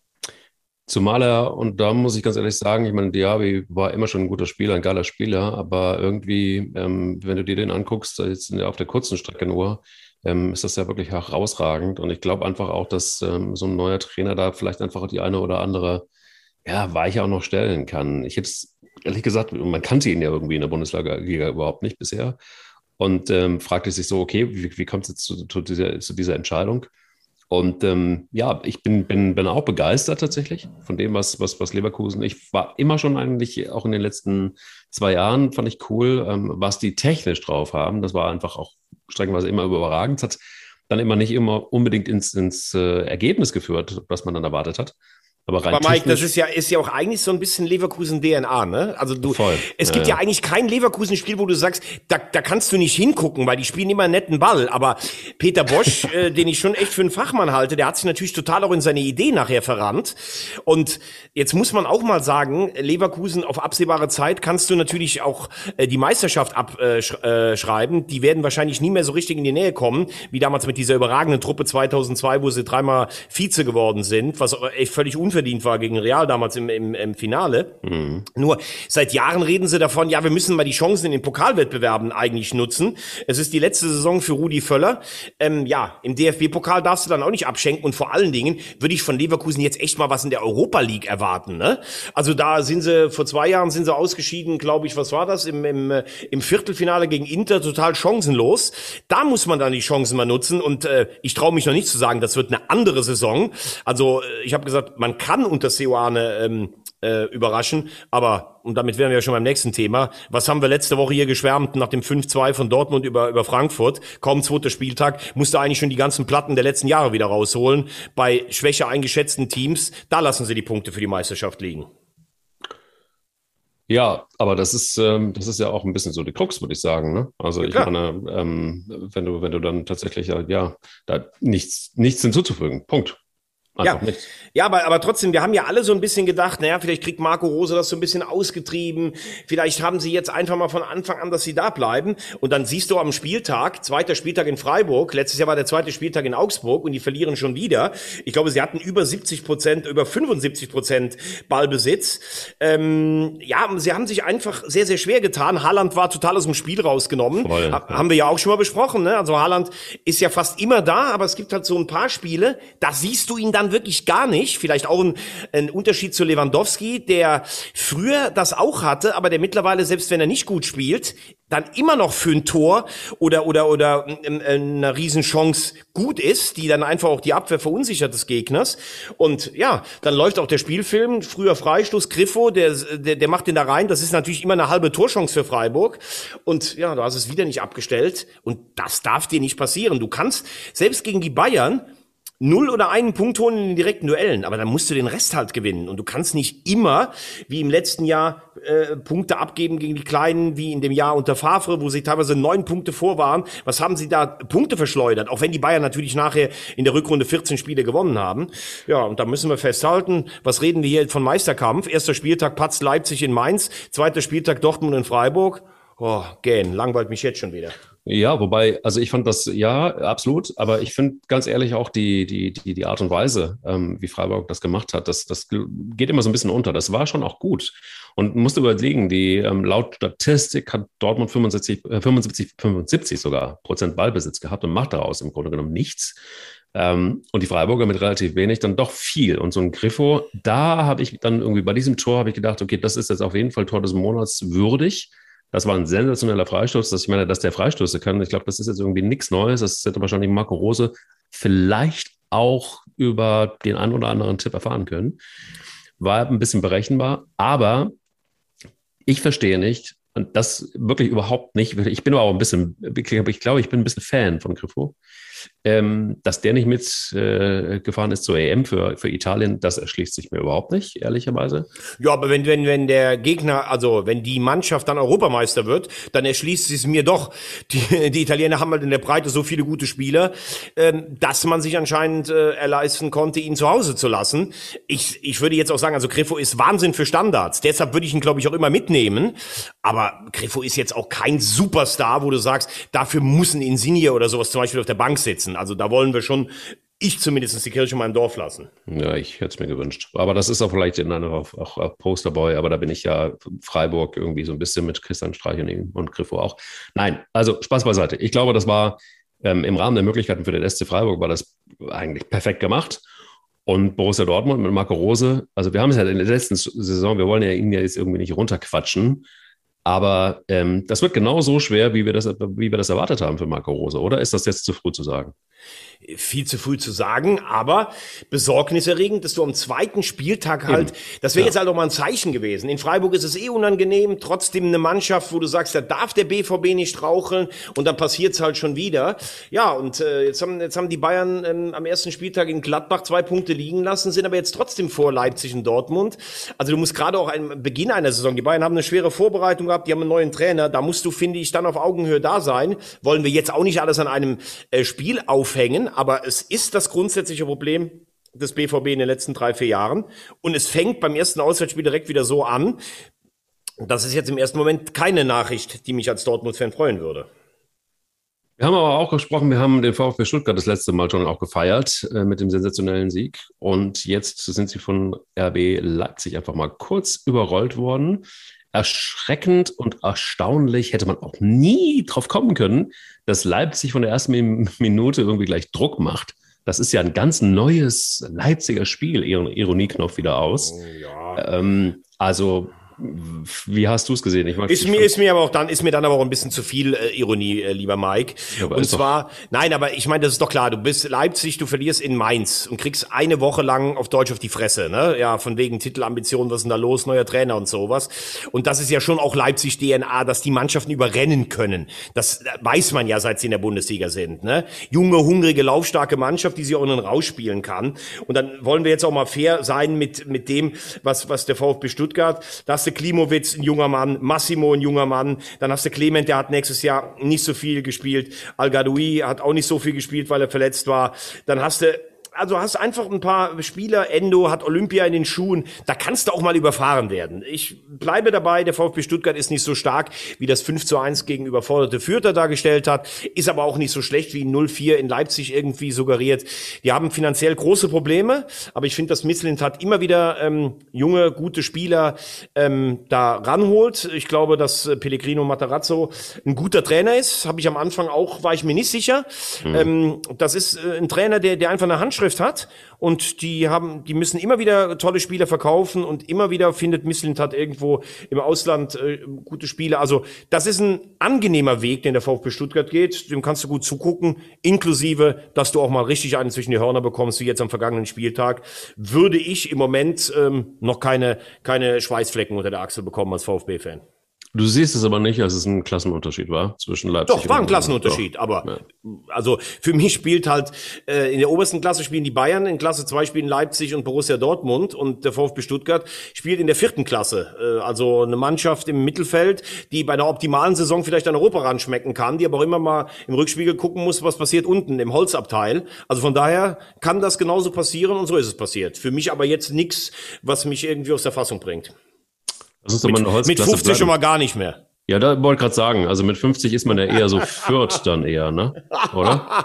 Zumal und da muss ich ganz ehrlich sagen, ich meine, Diaby war immer schon ein guter Spieler, ein geiler Spieler, aber irgendwie, wenn du dir den anguckst, jetzt auf der kurzen Strecke nur, ist das ja wirklich herausragend und ich glaube einfach auch, dass so ein neuer Trainer da vielleicht einfach die eine oder andere Weiche auch noch stellen kann. Ich hätte es, ehrlich gesagt, man kannte ihn ja irgendwie in der Bundesliga überhaupt nicht bisher und fragte sich so, okay, wie kommt es jetzt zu dieser Entscheidung? Und ich bin auch begeistert tatsächlich von dem, was Leverkusen. Ich war immer schon eigentlich, auch in den letzten 2 Jahren, fand ich cool, was die technisch drauf haben. Das war einfach auch streckenweise immer überragend. Es hat dann nicht immer unbedingt ins Ergebnis geführt, was man dann erwartet hat. Aber Mike, das ist ja auch eigentlich so ein bisschen Leverkusen-DNA, ne? Also es gibt ja eigentlich kein Leverkusen-Spiel, wo du sagst, da kannst du nicht hingucken, weil die spielen immer einen netten Ball. Aber Peter Bosch, den ich schon echt für einen Fachmann halte, der hat sich natürlich total auch in seine Idee nachher verrannt. Und jetzt muss man auch mal sagen, Leverkusen auf absehbare Zeit kannst du natürlich auch die Meisterschaft abschreiben. Die werden wahrscheinlich nie mehr so richtig in die Nähe kommen, wie damals mit dieser überragenden Truppe 2002, wo sie 3-mal Vize geworden sind, was echt völlig unverständlich unverdient war gegen Real damals im Finale. Mhm. Nur seit Jahren reden sie davon, ja, wir müssen mal die Chancen in den Pokalwettbewerben eigentlich nutzen. Es ist die letzte Saison für Rudi Völler. Ja, im DFB-Pokal darfst du dann auch nicht abschenken und vor allen Dingen würde ich von Leverkusen jetzt echt mal was in der Europa League erwarten, ne? Also da sind sie, vor 2 Jahren sind sie ausgeschieden, glaube ich, was war das? Im Viertelfinale gegen Inter total chancenlos. Da muss man dann die Chancen mal nutzen und ich traue mich noch nicht zu sagen, das wird eine andere Saison. Also ich habe gesagt, man kann unter Seoane überraschen, aber, und damit wären wir ja schon beim nächsten Thema, was haben wir letzte Woche hier geschwärmt nach dem 5-2 von Dortmund über Frankfurt, kaum 2. Spieltag, musste eigentlich schon die ganzen Platten der letzten Jahre wieder rausholen. Bei schwächer eingeschätzten Teams, da lassen sie die Punkte für die Meisterschaft liegen. Ja, aber das ist ja auch ein bisschen so die Krux, würde ich sagen, ne? Also ich meine, wenn du dann tatsächlich, ja, da nichts hinzuzufügen. Punkt. Ja, aber trotzdem, wir haben ja alle so ein bisschen gedacht, naja, vielleicht kriegt Marco Rose das so ein bisschen ausgetrieben, vielleicht haben sie jetzt einfach mal von Anfang an, dass sie da bleiben und dann siehst du am Spieltag, 2. Spieltag in Freiburg, letztes Jahr war der 2. Spieltag in Augsburg und die verlieren schon wieder. Ich glaube, sie hatten über 70%, über 75% Ballbesitz. Ja, sie haben sich einfach sehr, sehr schwer getan. Haaland war total aus dem Spiel rausgenommen. Voll, haben wir ja auch schon mal besprochen, ne? Also Haaland ist ja fast immer da, aber es gibt halt so ein paar Spiele, da siehst du ihn dann wirklich gar nicht. Vielleicht auch ein Unterschied zu Lewandowski, der früher das auch hatte, aber der mittlerweile, selbst wenn er nicht gut spielt, dann immer noch für ein Tor oder eine Riesenchance gut ist, die dann einfach auch die Abwehr verunsichert des Gegners. Und ja, dann läuft auch der Spielfilm, früher Freistoß, Griffo, der macht den da rein. Das ist natürlich immer eine halbe Torchance für Freiburg. Und ja, du hast es wieder nicht abgestellt. Und das darf dir nicht passieren. Du kannst, selbst gegen die Bayern, 0 oder 1 Punkt holen in den direkten Duellen, aber dann musst du den Rest halt gewinnen. Und du kannst nicht immer, wie im letzten Jahr, Punkte abgeben gegen die Kleinen, wie in dem Jahr unter Favre, wo sie teilweise 9 Punkte vor waren. Was haben sie da Punkte verschleudert? Auch wenn die Bayern natürlich nachher in der Rückrunde 14 Spiele gewonnen haben. Ja, und da müssen wir festhalten, was reden wir hier von Meisterkampf? 1. Spieltag Patz Leipzig in Mainz, 2. Spieltag Dortmund in Freiburg. Oh, gähn, langweilt mich jetzt schon wieder. Ja, wobei, also ich fand das, ja, absolut, aber ich finde ganz ehrlich auch die Art und Weise, wie Freiburg das gemacht hat, das geht immer so ein bisschen unter. Das war schon auch gut. Und musst überlegen, laut Statistik hat Dortmund 75 sogar Prozent Ballbesitz gehabt und macht daraus im Grunde genommen nichts. Und die Freiburger mit relativ wenig dann doch viel. Und so ein Griffo, da habe ich dann irgendwie bei diesem Tor habe ich gedacht, okay, das ist jetzt auf jeden Fall Tor des Monats würdig. Das war ein sensationeller Freistoß. Ich meine, dass der Freistöße kann, ich glaube, das ist jetzt irgendwie nichts Neues. Das hätte wahrscheinlich Marco Rose vielleicht auch über den einen oder anderen Tipp erfahren können. War ein bisschen berechenbar, aber ich verstehe nicht, und das wirklich überhaupt nicht, ich bin aber auch ein bisschen, ich glaube, ich bin ein bisschen Fan von Griffo, dass der nicht mitgefahren ist zur EM für Italien, das erschließt sich mir überhaupt nicht, ehrlicherweise. Ja, aber wenn der Gegner, also wenn die Mannschaft dann Europameister wird, dann erschließt es mir doch. Die Italiener haben halt in der Breite so viele gute Spieler, dass man sich anscheinend erleisten konnte, ihn zu Hause zu lassen. Ich würde jetzt auch sagen, also Griffo ist Wahnsinn für Standards. Deshalb würde ich ihn, glaube ich, auch immer mitnehmen. Aber Griffo ist jetzt auch kein Superstar, wo du sagst, dafür muss ein Insigne oder sowas zum Beispiel auf der Bank sitzen. Also da wollen wir schon, ich zumindest, die Kirche in meinem Dorf lassen. Ja, ich hätte es mir gewünscht. Aber das ist auch vielleicht auch Posterboy, aber da bin ich ja Freiburg irgendwie so ein bisschen mit Christian Streich und Griffo auch. Nein, also Spaß beiseite. Ich glaube, das war im Rahmen der Möglichkeiten für den SC Freiburg war das eigentlich perfekt gemacht. Und Borussia Dortmund mit Marco Rose, also wir haben es ja in der letzten Saison, wir wollen ja ihn ja jetzt irgendwie nicht runterquatschen, aber das wird genauso schwer, wie wir das erwartet haben für Marco Rose, oder? Ist das jetzt zu früh zu sagen? Viel zu früh zu sagen, aber besorgniserregend, dass du am 2. Spieltag halt, das wäre jetzt halt auch mal ein Zeichen gewesen. In Freiburg ist es unangenehm, trotzdem eine Mannschaft, wo du sagst, da darf der BVB nicht raucheln und dann passiert's halt schon wieder. Ja, und jetzt haben die Bayern am 1. Spieltag in Gladbach 2 Punkte liegen lassen, sind aber jetzt trotzdem vor Leipzig und Dortmund. Also du musst gerade auch am Beginn einer Saison, die Bayern haben eine schwere Vorbereitung gehabt, die haben einen neuen Trainer, da musst du, finde ich, dann auf Augenhöhe da sein. Wollen wir jetzt auch nicht alles an einem Spiel aufhängen, aber es ist das grundsätzliche Problem des BVB in den letzten 3-4 Jahren. Und es fängt beim ersten Auswärtsspiel direkt wieder so an. Das ist jetzt im ersten Moment keine Nachricht, die mich als Dortmund-Fan freuen würde. Wir haben aber auch gesprochen, wir haben den VfB Stuttgart das letzte Mal schon auch gefeiert mit dem sensationellen Sieg. Und jetzt sind sie von RB Leipzig einfach mal kurz überrollt worden. Erschreckend und erstaunlich hätte man auch nie drauf kommen können, dass Leipzig von der ersten Minute irgendwie gleich Druck macht. Das ist ja ein ganz neues Leipziger Spiel. Ironieknopf wieder aus. Ja. Also, wie hast du es gesehen? Ist mir dann aber auch ein bisschen zu viel Ironie, lieber Mike. Ja, aber und zwar, nein, aber ich meine, das ist doch klar, du bist Leipzig, du verlierst in Mainz und kriegst eine Woche lang auf Deutsch auf die Fresse, ne? Ja, von wegen Titelambitionen, was ist denn da los, neuer Trainer und sowas. Und das ist ja schon auch Leipzig DNA, dass die Mannschaften überrennen können. Das weiß man ja, seit sie in der Bundesliga sind, ne? Junge, hungrige, laufstarke Mannschaft, die sie auch in den rausspielen kann. Und dann wollen wir jetzt auch mal fair sein mit dem, was der VfB Stuttgart, da hast du Klimowitz, ein junger Mann, Massimo, ein junger Mann, dann hast du Clement, der hat nächstes Jahr nicht so viel gespielt, Al-Gadoui hat auch nicht so viel gespielt, weil er verletzt war, dann hast einfach ein paar Spieler, Endo hat Olympia in den Schuhen, da kannst du auch mal überfahren werden. Ich bleibe dabei, der VfB Stuttgart ist nicht so stark, wie das 5:1 gegen überforderte Fürther dargestellt hat, ist aber auch nicht so schlecht, wie 0-4 in Leipzig irgendwie suggeriert. Die haben finanziell große Probleme, aber ich finde, dass Mislintat immer wieder junge, gute Spieler da ranholt. Ich glaube, dass Pellegrino Matarazzo ein guter Trainer ist, habe ich am Anfang auch, war ich mir nicht sicher. Das ist ein Trainer, der einfach eine Handschrift hat und die müssen immer wieder tolle Spieler verkaufen und immer wieder findet Mislintat irgendwo im Ausland gute Spieler. Also das ist ein angenehmer Weg, den der VfB Stuttgart geht. Dem kannst du gut zugucken, inklusive, dass du auch mal richtig einen zwischen die Hörner bekommst, wie jetzt am vergangenen Spieltag. Würde ich im Moment noch keine Schweißflecken unter der Achsel bekommen als VfB-Fan. Du siehst es aber nicht, als es ein Klassenunterschied war zwischen Leipzig Doch, war ein Klassenunterschied, aber also für mich spielt halt in der obersten Klasse spielen die Bayern, in Klasse 2 spielen Leipzig und Borussia Dortmund und der VfB Stuttgart spielt in der 4. Klasse. Also eine Mannschaft im Mittelfeld, die bei einer optimalen Saison vielleicht an Europa ranschmecken kann, die aber auch immer mal im Rückspiegel gucken muss, was passiert unten im Holzabteil. Also von daher kann das genauso passieren und so ist es passiert. Für mich aber jetzt nichts, was mich irgendwie aus der Fassung bringt. Das ist doch mal eine Holzklasse mit 50 bleiben. schon mal gar nicht mehr. Ja, da wollte ich gerade sagen, also mit 50 ist man ja eher so Fürth dann eher, ne? Oder?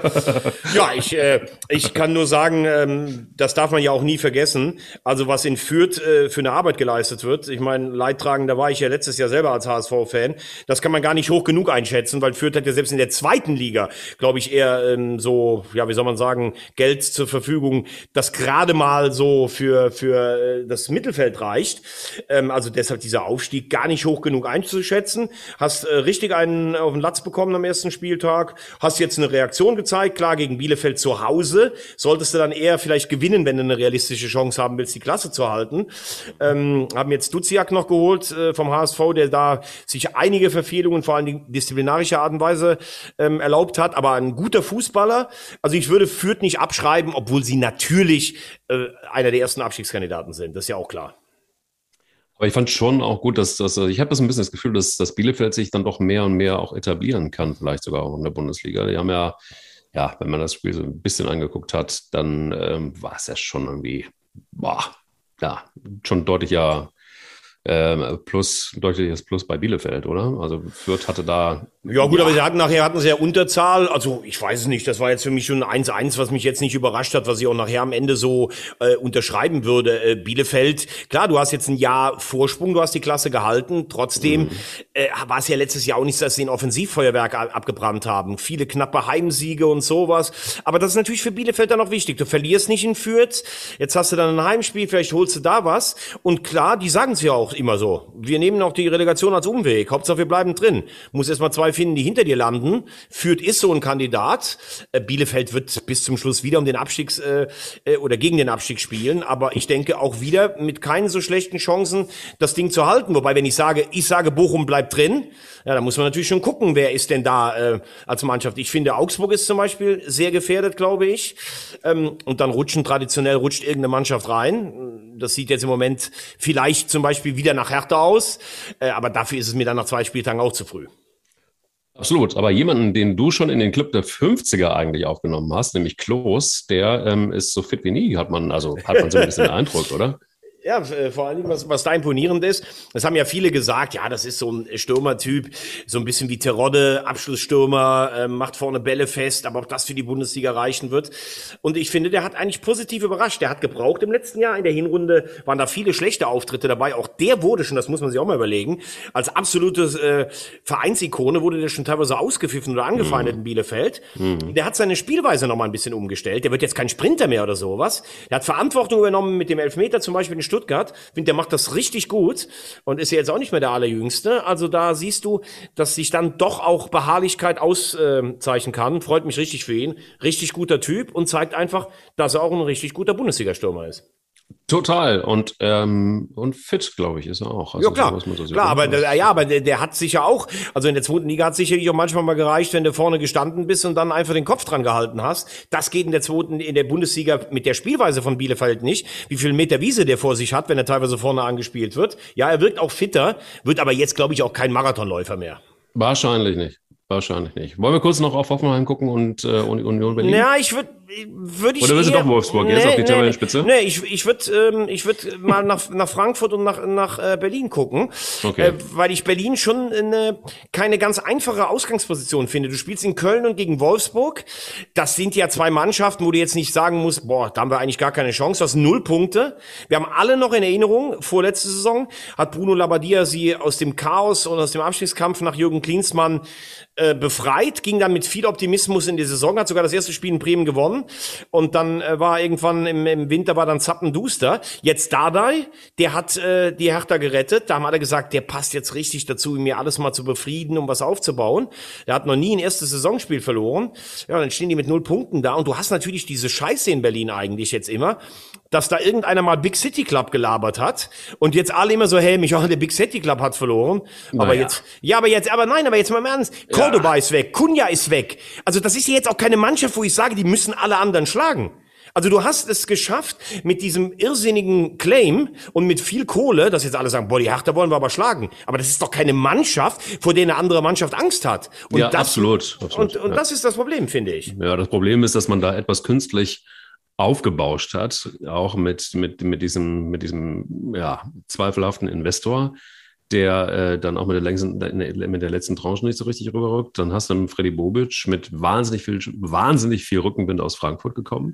Ja, ich kann nur sagen, das darf man ja auch nie vergessen. Also was in Fürth für eine Arbeit geleistet wird. Ich meine, Leidtragender war ich ja letztes Jahr selber als HSV-Fan. Das kann man gar nicht hoch genug einschätzen, weil Fürth hat ja selbst in der 2. Liga, glaube ich, eher so, ja, wie soll man sagen, Geld zur Verfügung, das gerade mal so für das Mittelfeld reicht. Also deshalb dieser Aufstieg gar nicht hoch genug einzuschätzen. Hast richtig einen auf den Latz bekommen am ersten Spieltag, hast jetzt eine Reaktion gezeigt, klar, gegen Bielefeld zu Hause, solltest du dann eher vielleicht gewinnen, wenn du eine realistische Chance haben willst, die Klasse zu halten. Haben jetzt Duziak noch geholt vom HSV, der da sich einige Verfehlungen, vor allem disziplinarischer Art und Weise erlaubt hat, aber ein guter Fußballer. Also ich würde Fürth nicht abschreiben, obwohl sie natürlich einer der ersten Abstiegskandidaten sind, das ist ja auch klar. Aber ich fand schon auch gut, dass ich habe das ein bisschen das Gefühl, dass Bielefeld sich dann doch mehr und mehr auch etablieren kann, vielleicht sogar auch in der Bundesliga. Die haben ja, wenn man das Spiel so ein bisschen angeguckt hat, dann war es ja schon irgendwie, schon deutlicher deutliches Plus bei Bielefeld, oder? Also Fürth hatte da... Ja gut, aber nachher hatten sie ja Unterzahl, also ich weiß es nicht, das war jetzt für mich schon 1-1, was mich jetzt nicht überrascht hat, was ich auch nachher am Ende so unterschreiben würde. Bielefeld, klar, du hast jetzt ein Jahr Vorsprung, du hast die Klasse gehalten, trotzdem war es ja letztes Jahr auch nicht so, dass sie ein Offensivfeuerwerk abgebrannt haben. Viele knappe Heimsiege und sowas, aber das ist natürlich für Bielefeld dann auch wichtig. Du verlierst nicht in Fürth, jetzt hast du dann ein Heimspiel, vielleicht holst du da was und klar, die sagen es ja auch immer so. Wir nehmen auch die Relegation als Umweg. Hauptsache, wir bleiben drin. Muss erst mal 2 finden, die hinter dir landen. Fürth ist so ein Kandidat. Bielefeld wird bis zum Schluss wieder um den Abstiegs oder gegen den Abstieg spielen. Aber ich denke auch wieder mit keinen so schlechten Chancen, das Ding zu halten. Wobei, wenn ich sage, Bochum bleibt drin, ja, da muss man natürlich schon gucken, wer ist denn da als Mannschaft. Ich finde, Augsburg ist zum Beispiel sehr gefährdet, glaube ich. Und dann rutscht irgendeine Mannschaft rein. Das sieht jetzt im Moment vielleicht zum Beispiel wieder nach Hertha aus. Aber dafür ist es mir dann nach 2 Spieltagen auch zu früh. Absolut, aber jemanden, den du schon in den Club der 50er eigentlich aufgenommen hast, nämlich Klose, der ist so fit wie nie, hat man so ein bisschen den Eindruck, oder? Ja, vor allem, was da imponierend ist, das haben ja viele gesagt, ja, das ist so ein Stürmertyp, so ein bisschen wie Terodde, Abschlussstürmer, macht vorne Bälle fest, aber ob das für die Bundesliga reichen wird. Und ich finde, der hat eigentlich positiv überrascht. Der hat gebraucht im letzten Jahr. In der Hinrunde waren da viele schlechte Auftritte dabei. Auch der wurde schon, das muss man sich auch mal überlegen, als absolute Vereinsikone wurde der schon teilweise ausgepfiffen oder angefeindet in Bielefeld. Der hat seine Spielweise nochmal ein bisschen umgestellt. Der wird jetzt kein Sprinter mehr oder sowas. Der hat Verantwortung übernommen mit dem Elfmeter zum Beispiel in Stuttgart. Ich finde, der macht das richtig gut und ist ja jetzt auch nicht mehr der Allerjüngste. Also da siehst du, dass sich dann doch auch Beharrlichkeit auszeichnen kann. Freut mich richtig für ihn. Richtig guter Typ und zeigt einfach, dass er auch ein richtig guter Bundesliga-Stürmer ist. Total. Und fit, glaube ich, ist er auch. Also, ja, klar. Aber der hat sicher auch, also in der zweiten Liga hat sicherlich auch manchmal mal gereicht, wenn du vorne gestanden bist und dann einfach den Kopf dran gehalten hast. Das geht in der Bundesliga mit der Spielweise von Bielefeld nicht. Wie viel Meter Wiese der vor sich hat, wenn er teilweise vorne angespielt wird. Ja, er wirkt auch fitter, wird aber jetzt, glaube ich, auch kein Marathonläufer mehr. Wahrscheinlich nicht. Wollen wir kurz noch auf Hoffenheim gucken und Union Berlin? Ja, würde ich Oder willst du doch Wolfsburg jetzt auf die Tabellenspitze? Nee, ich würde mal nach Frankfurt und nach Berlin gucken, okay. Weil ich Berlin schon keine ganz einfache Ausgangsposition finde. Du spielst in Köln und gegen Wolfsburg. Das sind ja zwei Mannschaften, wo du jetzt nicht sagen musst, boah, da haben wir eigentlich gar keine Chance. Das sind 0 Punkte. Wir haben alle noch in Erinnerung, vorletzte Saison hat Bruno Labbadia sie aus dem Chaos und aus dem Abstiegskampf nach Jürgen Klinsmann befreit, ging dann mit viel Optimismus in die Saison, hat sogar das erste Spiel in Bremen gewonnen und dann war irgendwann im Winter war dann zappenduster. Jetzt Dardai, der hat die Hertha gerettet, da haben alle gesagt, der passt jetzt richtig dazu, mir alles mal zu befrieden, um was aufzubauen. Der hat noch nie ein erstes Saisonspiel verloren. Ja, dann stehen die mit 0 Punkten da und du hast natürlich diese Scheiße in Berlin eigentlich jetzt immer, dass da irgendeiner mal Big City Club gelabert hat und jetzt alle immer so hämisch, der Big City Club hat verloren. Aber jetzt mal im Ernst, Cordoba ist weg, Cunha ist weg. Also das ist ja jetzt auch keine Mannschaft, wo ich sage, die müssen alle anderen schlagen. Also du hast es geschafft mit diesem irrsinnigen Claim und mit viel Kohle, dass jetzt alle sagen, boah, die Hertha wollen wir aber schlagen. Aber das ist doch keine Mannschaft, vor der eine andere Mannschaft Angst hat. Und ja, absolut. Und das ist das Problem, finde ich. Ja, das Problem ist, dass man da etwas künstlich aufgebauscht hat, auch mit diesem zweifelhaften Investor, der dann auch mit der letzten Tranche nicht so richtig rüberrückt. Dann hast du einen Freddy Bobic mit wahnsinnig viel Rückenwind aus Frankfurt gekommen.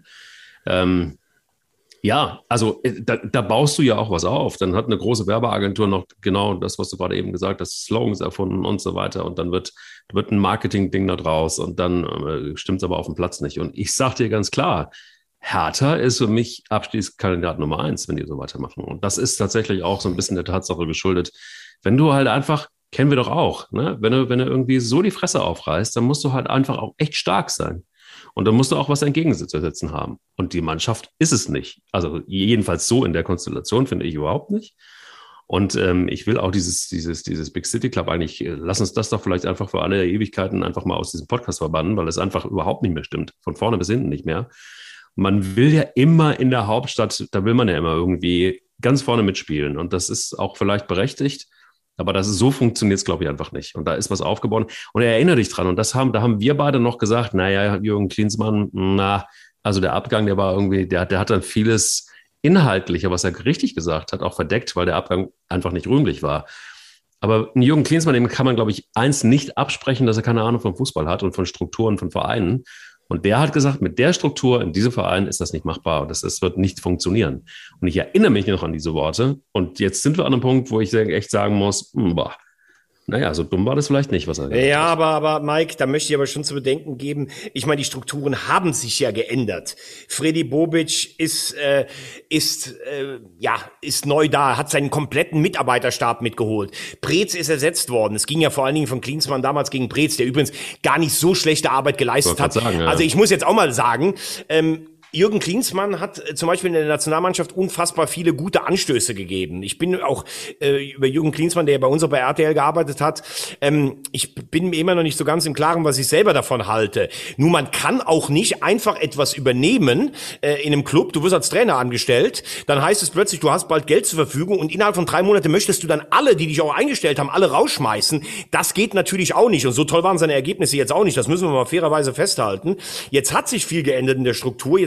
Also da baust du ja auch was auf. Dann hat eine große Werbeagentur noch genau das, was du gerade eben gesagt hast, Slogans erfunden und so weiter. Und dann wird ein Marketing-Ding da draus und dann stimmt es aber auf dem Platz nicht. Und ich sag dir ganz klar, Hertha ist für mich Abstiegskandidat Nummer 1, wenn die so weitermachen. Und das ist tatsächlich auch so ein bisschen der Tatsache geschuldet. Wenn du halt einfach, kennen wir doch auch, ne? Wenn du irgendwie so die Fresse aufreißt, dann musst du halt einfach auch echt stark sein. Und dann musst du auch was entgegenzusetzen haben. Und die Mannschaft ist es nicht. Also jedenfalls so in der Konstellation finde ich überhaupt nicht. Und ich will auch dieses Big City Club eigentlich, lass uns das doch vielleicht einfach für alle Ewigkeiten einfach mal aus diesem Podcast verbannen, weil es einfach überhaupt nicht mehr stimmt. Von vorne bis hinten nicht mehr. Man will ja immer in der Hauptstadt, da will man ja immer irgendwie ganz vorne mitspielen. Und das ist auch vielleicht berechtigt, aber so funktioniert es, glaube ich, einfach nicht. Und da ist was aufgebaut. Und erinnere dich dran, und da haben wir beide noch gesagt, naja, Jürgen Klinsmann, also der Abgang, der war irgendwie, der hat dann vieles Inhaltliche, was er richtig gesagt hat, auch verdeckt, weil der Abgang einfach nicht rühmlich war. Aber Jürgen Klinsmann, dem kann man, glaube ich, eins nicht absprechen, dass er keine Ahnung vom Fußball hat und von Strukturen von Vereinen. Und der hat gesagt, mit der Struktur in diesem Verein ist das nicht machbar und das wird nicht funktionieren. Und ich erinnere mich noch an diese Worte. Und jetzt sind wir an einem Punkt, wo ich echt sagen muss, so dumm war das vielleicht nicht, was er gesagt hat. Aber Mike, da möchte ich aber schon zu bedenken geben, ich meine, die Strukturen haben sich ja geändert. Freddy Bobic ist neu da, hat seinen kompletten Mitarbeiterstab mitgeholt. Preetz ist ersetzt worden. Es ging ja vor allen Dingen von Klinsmann damals gegen Preetz, der übrigens gar nicht so schlechte Arbeit geleistet hat. Also ich muss jetzt auch mal sagen, Jürgen Klinsmann hat zum Beispiel in der Nationalmannschaft unfassbar viele gute Anstöße gegeben. Ich bin auch über Jürgen Klinsmann, der bei uns auch bei RTL gearbeitet hat, ich bin mir immer noch nicht so ganz im Klaren, was ich selber davon halte. Nun, man kann auch nicht einfach etwas übernehmen in einem Club. Du wirst als Trainer angestellt, dann heißt es plötzlich, du hast bald Geld zur Verfügung und innerhalb von 3 Monaten möchtest du dann alle, die dich auch eingestellt haben, alle rausschmeißen. Das geht natürlich auch nicht und so toll waren seine Ergebnisse jetzt auch nicht. Das müssen wir mal fairerweise festhalten. Jetzt hat sich viel geändert in der Struktur. Jetzt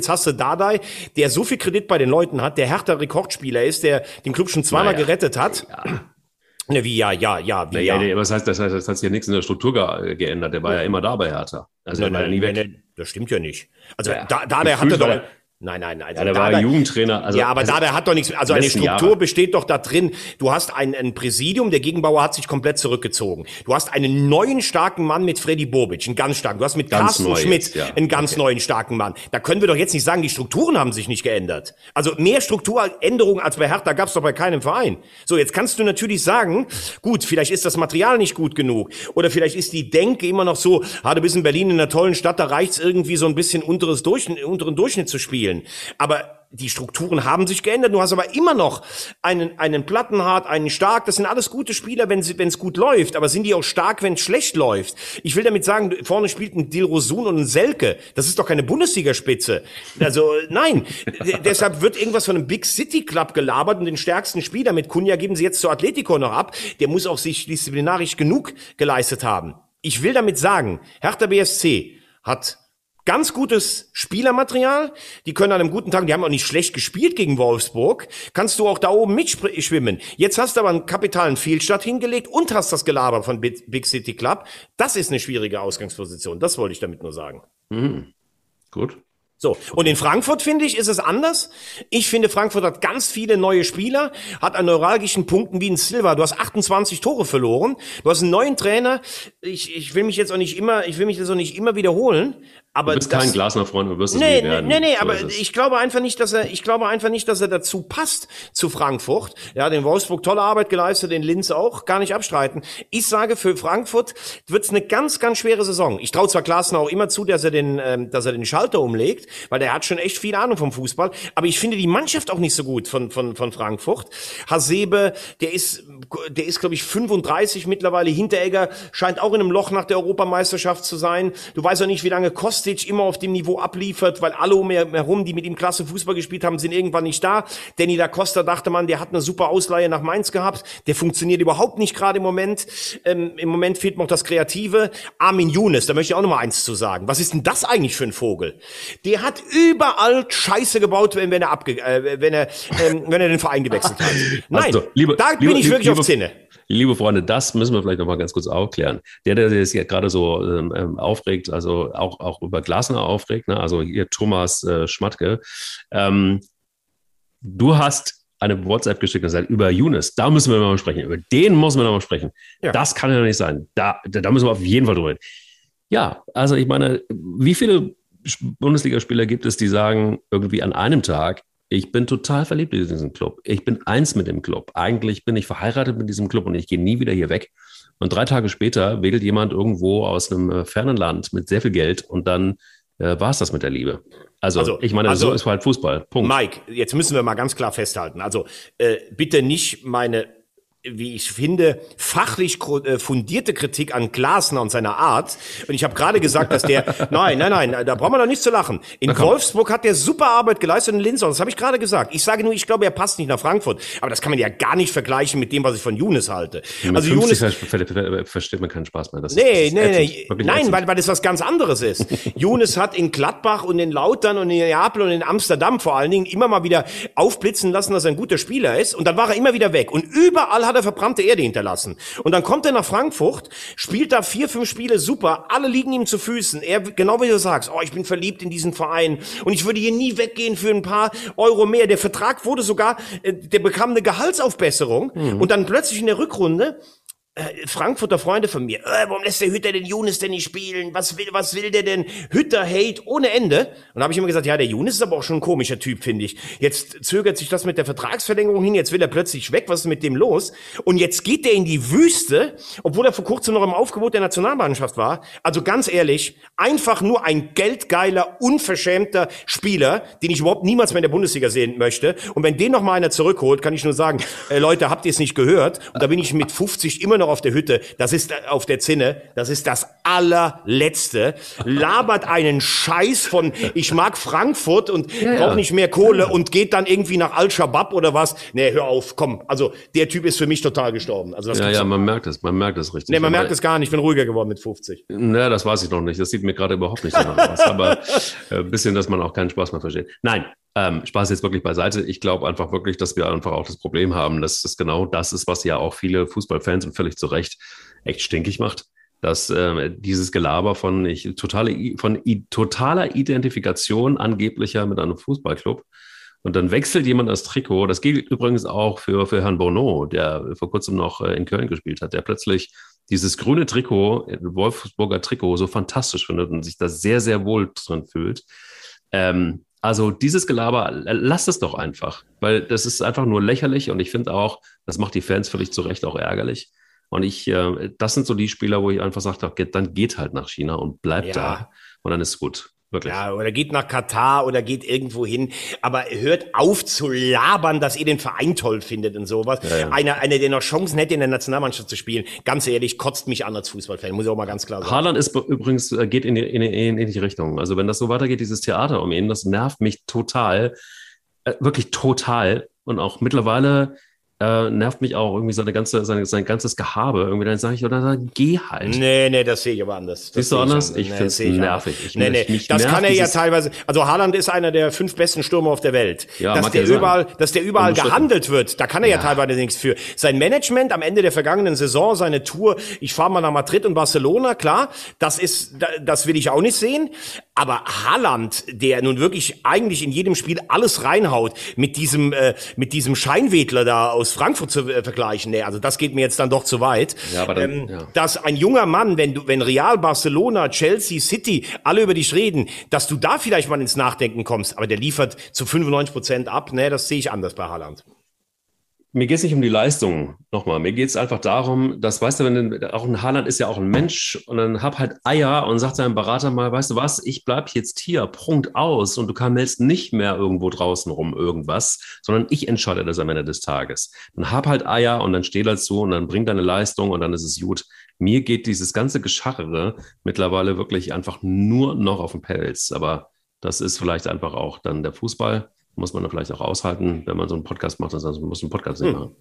jetzt hast du Dardai, der so viel Kredit bei den Leuten hat, der Hertha-Rekordspieler ist, der den Club schon zweimal gerettet hat. Ne, wie ja. Nee, was heißt das? Das hat sich ja nichts in der Struktur geändert. Der war ja immer da bei Hertha. Also der war ja nie weg. Das stimmt ja nicht. Also Dardai hatte doch... Nein. Also der war Jugendtrainer. Also, ja, aber der hat doch nichts. Also eine Struktur besteht doch da drin. Du hast ein Präsidium, der Gegenbauer hat sich komplett zurückgezogen. Du hast einen neuen starken Mann mit Freddy Bobic, einen ganz starken. Du hast mit Carsten Schmidt einen ganz neuen starken Mann. Da können wir doch jetzt nicht sagen, die Strukturen haben sich nicht geändert. Also mehr Strukturänderungen als bei Hertha gab es doch bei keinem Verein. So, jetzt kannst du natürlich sagen, gut, vielleicht ist das Material nicht gut genug. Oder vielleicht ist die Denke immer noch so, du bist in Berlin in einer tollen Stadt, da reicht's irgendwie so ein bisschen unteren Durchschnitt zu spielen. Aber die Strukturen haben sich geändert. Du hast aber immer noch einen Plattenhardt, einen Stark. Das sind alles gute Spieler, wenn es gut läuft. Aber sind die auch stark, wenn es schlecht läuft? Ich will damit sagen, vorne spielt ein Dilrosun und ein Selke. Das ist doch keine Bundesligaspitze. Also nein. Deshalb wird irgendwas von einem Big City Club gelabert und den stärksten Spieler mit Cunha geben sie jetzt zu Atletico noch ab. Der muss auch sich disziplinarisch genug geleistet haben. Ich will damit sagen, Hertha BSC hat ganz gutes Spielermaterial, die können an einem guten Tag, die haben auch nicht schlecht gespielt gegen Wolfsburg, kannst du auch da oben mitschwimmen. Jetzt hast du aber einen kapitalen Fehlstart hingelegt und hast das Gelaber von Big City Club. Das ist eine schwierige Ausgangsposition, das wollte ich damit nur sagen. Gut. So, und in Frankfurt, finde ich, ist es anders. Ich finde, Frankfurt hat ganz viele neue Spieler, hat an neuralgischen Punkten wie ein Silva. Du hast 28 Tore verloren, du hast einen neuen Trainer. Ich will mich jetzt auch nicht immer wiederholen. Aber du bist kein Glasner-Freund und wirst es nie werden. Nee, aber ich glaube einfach nicht, dass er dazu passt zu Frankfurt. Ja, den Wolfsburg tolle Arbeit geleistet, den Linz auch, gar nicht abstreiten. Ich sage, für Frankfurt wird's eine ganz, ganz schwere Saison. Ich traue zwar Glasner auch immer zu, dass er den Schalter umlegt, weil der hat schon echt viel Ahnung vom Fußball, aber ich finde die Mannschaft auch nicht so gut von Frankfurt. Hasebe, der ist glaube ich 35 mittlerweile. Hinteregger scheint auch in einem Loch nach der Europameisterschaft zu sein. Du weißt auch nicht, wie lange Kostic immer auf dem Niveau abliefert, weil alle um ihn herum, die mit ihm klasse Fußball gespielt haben, sind irgendwann nicht da. Danny da Costa dachte man, der hat eine super Ausleihe nach Mainz gehabt. Der funktioniert überhaupt nicht gerade im Moment. Im Moment fehlt noch das Kreative. Armin Younes, da möchte ich auch noch mal eins zu sagen. Was ist denn das eigentlich für ein Vogel? Der hat überall Scheiße gebaut, wenn er den Verein gewechselt hat. Nein, also, bin ich wirklich auf Zinne. Liebe Freunde, das müssen wir vielleicht noch mal ganz kurz aufklären. Der sich jetzt gerade so aufregt, also auch über Glasner aufregt, ne? Also hier Thomas Schmatke. Du hast eine WhatsApp geschickt und gesagt, über Younes, da müssen wir mal sprechen. Über den müssen wir noch mal sprechen. Ja. Das kann ja nicht sein. Da müssen wir auf jeden Fall drüber reden. Ja, also ich meine, wie viele Bundesligaspieler gibt es, die sagen irgendwie an einem Tag, ich bin total verliebt in diesen Club. Ich bin eins mit dem Club. Eigentlich bin ich verheiratet mit diesem Club und ich gehe nie wieder hier weg. Und 3 Tage später wedelt jemand irgendwo aus einem fernen Land mit sehr viel Geld und dann war es das mit der Liebe. Also ich meine, so ist halt Fußball. Punkt. Mike, jetzt müssen wir mal ganz klar festhalten. Also bitte nicht meine, wie ich finde, fachlich fundierte Kritik an Glasner und seiner Art. Und ich habe gerade gesagt, dass der, nein, da brauchen wir doch nicht zu lachen. In Wolfsburg hat der super Arbeit geleistet in Linz, das habe ich gerade gesagt. Ich sage nur, ich glaube, er passt nicht nach Frankfurt. Aber das kann man ja gar nicht vergleichen mit dem, was ich von Younes halte. Also Younes versteht man keinen Spaß mehr. Nein, weil das was ganz anderes ist. Younes hat in Gladbach und in Lautern und in Neapel und in Amsterdam vor allen Dingen immer mal wieder aufblitzen lassen, dass er ein guter Spieler ist. Und dann war er immer wieder weg. Und überall hat er verbrannte Erde hinterlassen. Und dann kommt er nach Frankfurt, spielt da 4, 5 Spiele super, alle liegen ihm zu Füßen. Er, genau wie du sagst, ich bin verliebt in diesen Verein und ich würde hier nie weggehen für ein paar Euro mehr. Der Vertrag wurde sogar, der bekam eine Gehaltsaufbesserung und dann plötzlich in der Rückrunde Frankfurter Freunde von mir, warum lässt der Hütter den Younes denn nicht spielen? Was will der denn? Hütter Hate ohne Ende. Und da habe ich immer gesagt, ja, der Younes ist aber auch schon ein komischer Typ, finde ich. Jetzt zögert sich das mit der Vertragsverlängerung hin, jetzt will er plötzlich weg, was ist mit dem los? Und jetzt geht der in die Wüste, obwohl er vor kurzem noch im Aufgebot der Nationalmannschaft war. Also ganz ehrlich, einfach nur ein geldgeiler, unverschämter Spieler, den ich überhaupt niemals mehr in der Bundesliga sehen möchte. Und wenn den noch mal einer zurückholt, kann ich nur sagen, Leute, habt ihr es nicht gehört? Und da bin ich mit 50 immer noch noch auf der Hütte, das ist auf der Zinne, das ist das allerletzte. Labert einen Scheiß von, ich mag Frankfurt und brauche nicht mehr Kohle und geht dann irgendwie nach Al-Shabaab oder was. Nee, hör auf, komm. Also der Typ ist für mich total gestorben. Also das man merkt es richtig. Nee, man merkt es gar nicht. Ich bin ruhiger geworden mit 50. Na, das weiß ich noch nicht. Das sieht mir gerade überhaupt nicht danach aus. Aber ein bisschen, dass man auch keinen Spaß mehr versteht. Nein, Spaß jetzt wirklich beiseite. Ich glaube einfach wirklich, dass wir einfach auch das Problem haben, dass das genau das ist, was ja auch viele Fußballfans und völlig zu Recht echt stinkig macht, dass dieses Gelaber von totaler Identifikation angeblicher mit einem Fußballclub und dann wechselt jemand das Trikot. Das gilt übrigens auch für Herrn Bono, der vor kurzem noch in Köln gespielt hat, der plötzlich dieses grüne Trikot, Wolfsburger Trikot, so fantastisch findet und sich da sehr, sehr wohl drin fühlt. Also dieses Gelaber, lasst es doch einfach, weil das ist einfach nur lächerlich und ich finde auch, das macht die Fans völlig zu Recht auch ärgerlich. Und das sind so die Spieler, wo ich einfach sage, okay, dann geht halt nach China und bleibt da und dann ist gut. Wirklich. Ja, oder geht nach Katar oder geht irgendwo hin. Aber hört auf zu labern, dass ihr den Verein toll findet und sowas. Ja. Einer, der noch Chancen hätte, in der Nationalmannschaft zu spielen. Ganz ehrlich, kotzt mich an als Fußballfan. Muss ich auch mal ganz klar sagen. Haaland ist übrigens, geht in die Richtung. Also wenn das so weitergeht, dieses Theater um ihn, das nervt mich total. Wirklich total. Und auch mittlerweile nervt mich auch irgendwie sein ganzes Gehabe. Irgendwie dann sage ich, oder geh halt. Nee, das sehe ich aber anders. Siehst du anders? Ich finde es nervig. Das kann er ja teilweise, also Haaland ist einer der 5 besten Stürmer auf der Welt. Ja, dass der überall gehandelt wird, da kann er ja teilweise nichts für. Sein Management am Ende der vergangenen Saison, seine Tour, ich fahre mal nach Madrid und Barcelona, klar, das will ich auch nicht sehen. Aber Haaland, der nun wirklich eigentlich in jedem Spiel alles reinhaut, mit diesem Scheinwedler da aus Frankfurt zu vergleichen, nee, also das geht mir jetzt dann doch zu weit. Ja, aber dass ein junger Mann, wenn Real, Barcelona, Chelsea, City alle über dich reden, dass du da vielleicht mal ins Nachdenken kommst, aber der liefert zu 95% ab, ne, das sehe ich anders bei Haaland. Mir geht es nicht um die Leistung, nochmal. Mir geht es einfach darum, dass, weißt du, auch ein Haaland ist ja auch ein Mensch und dann hab halt Eier und sagt seinem Berater mal, weißt du was, ich bleib jetzt hier, Punkt aus und du meldest nicht mehr irgendwo draußen rum irgendwas, sondern ich entscheide das am Ende des Tages. Dann hab halt Eier und dann steh dazu und dann bring deine Leistung und dann ist es gut. Mir geht dieses ganze Geschachere mittlerweile wirklich einfach nur noch auf den Pelz, aber das ist vielleicht einfach auch dann der Fußball. Muss man dann vielleicht auch aushalten, wenn man so einen Podcast macht, also man muss einen Podcast nicht machen.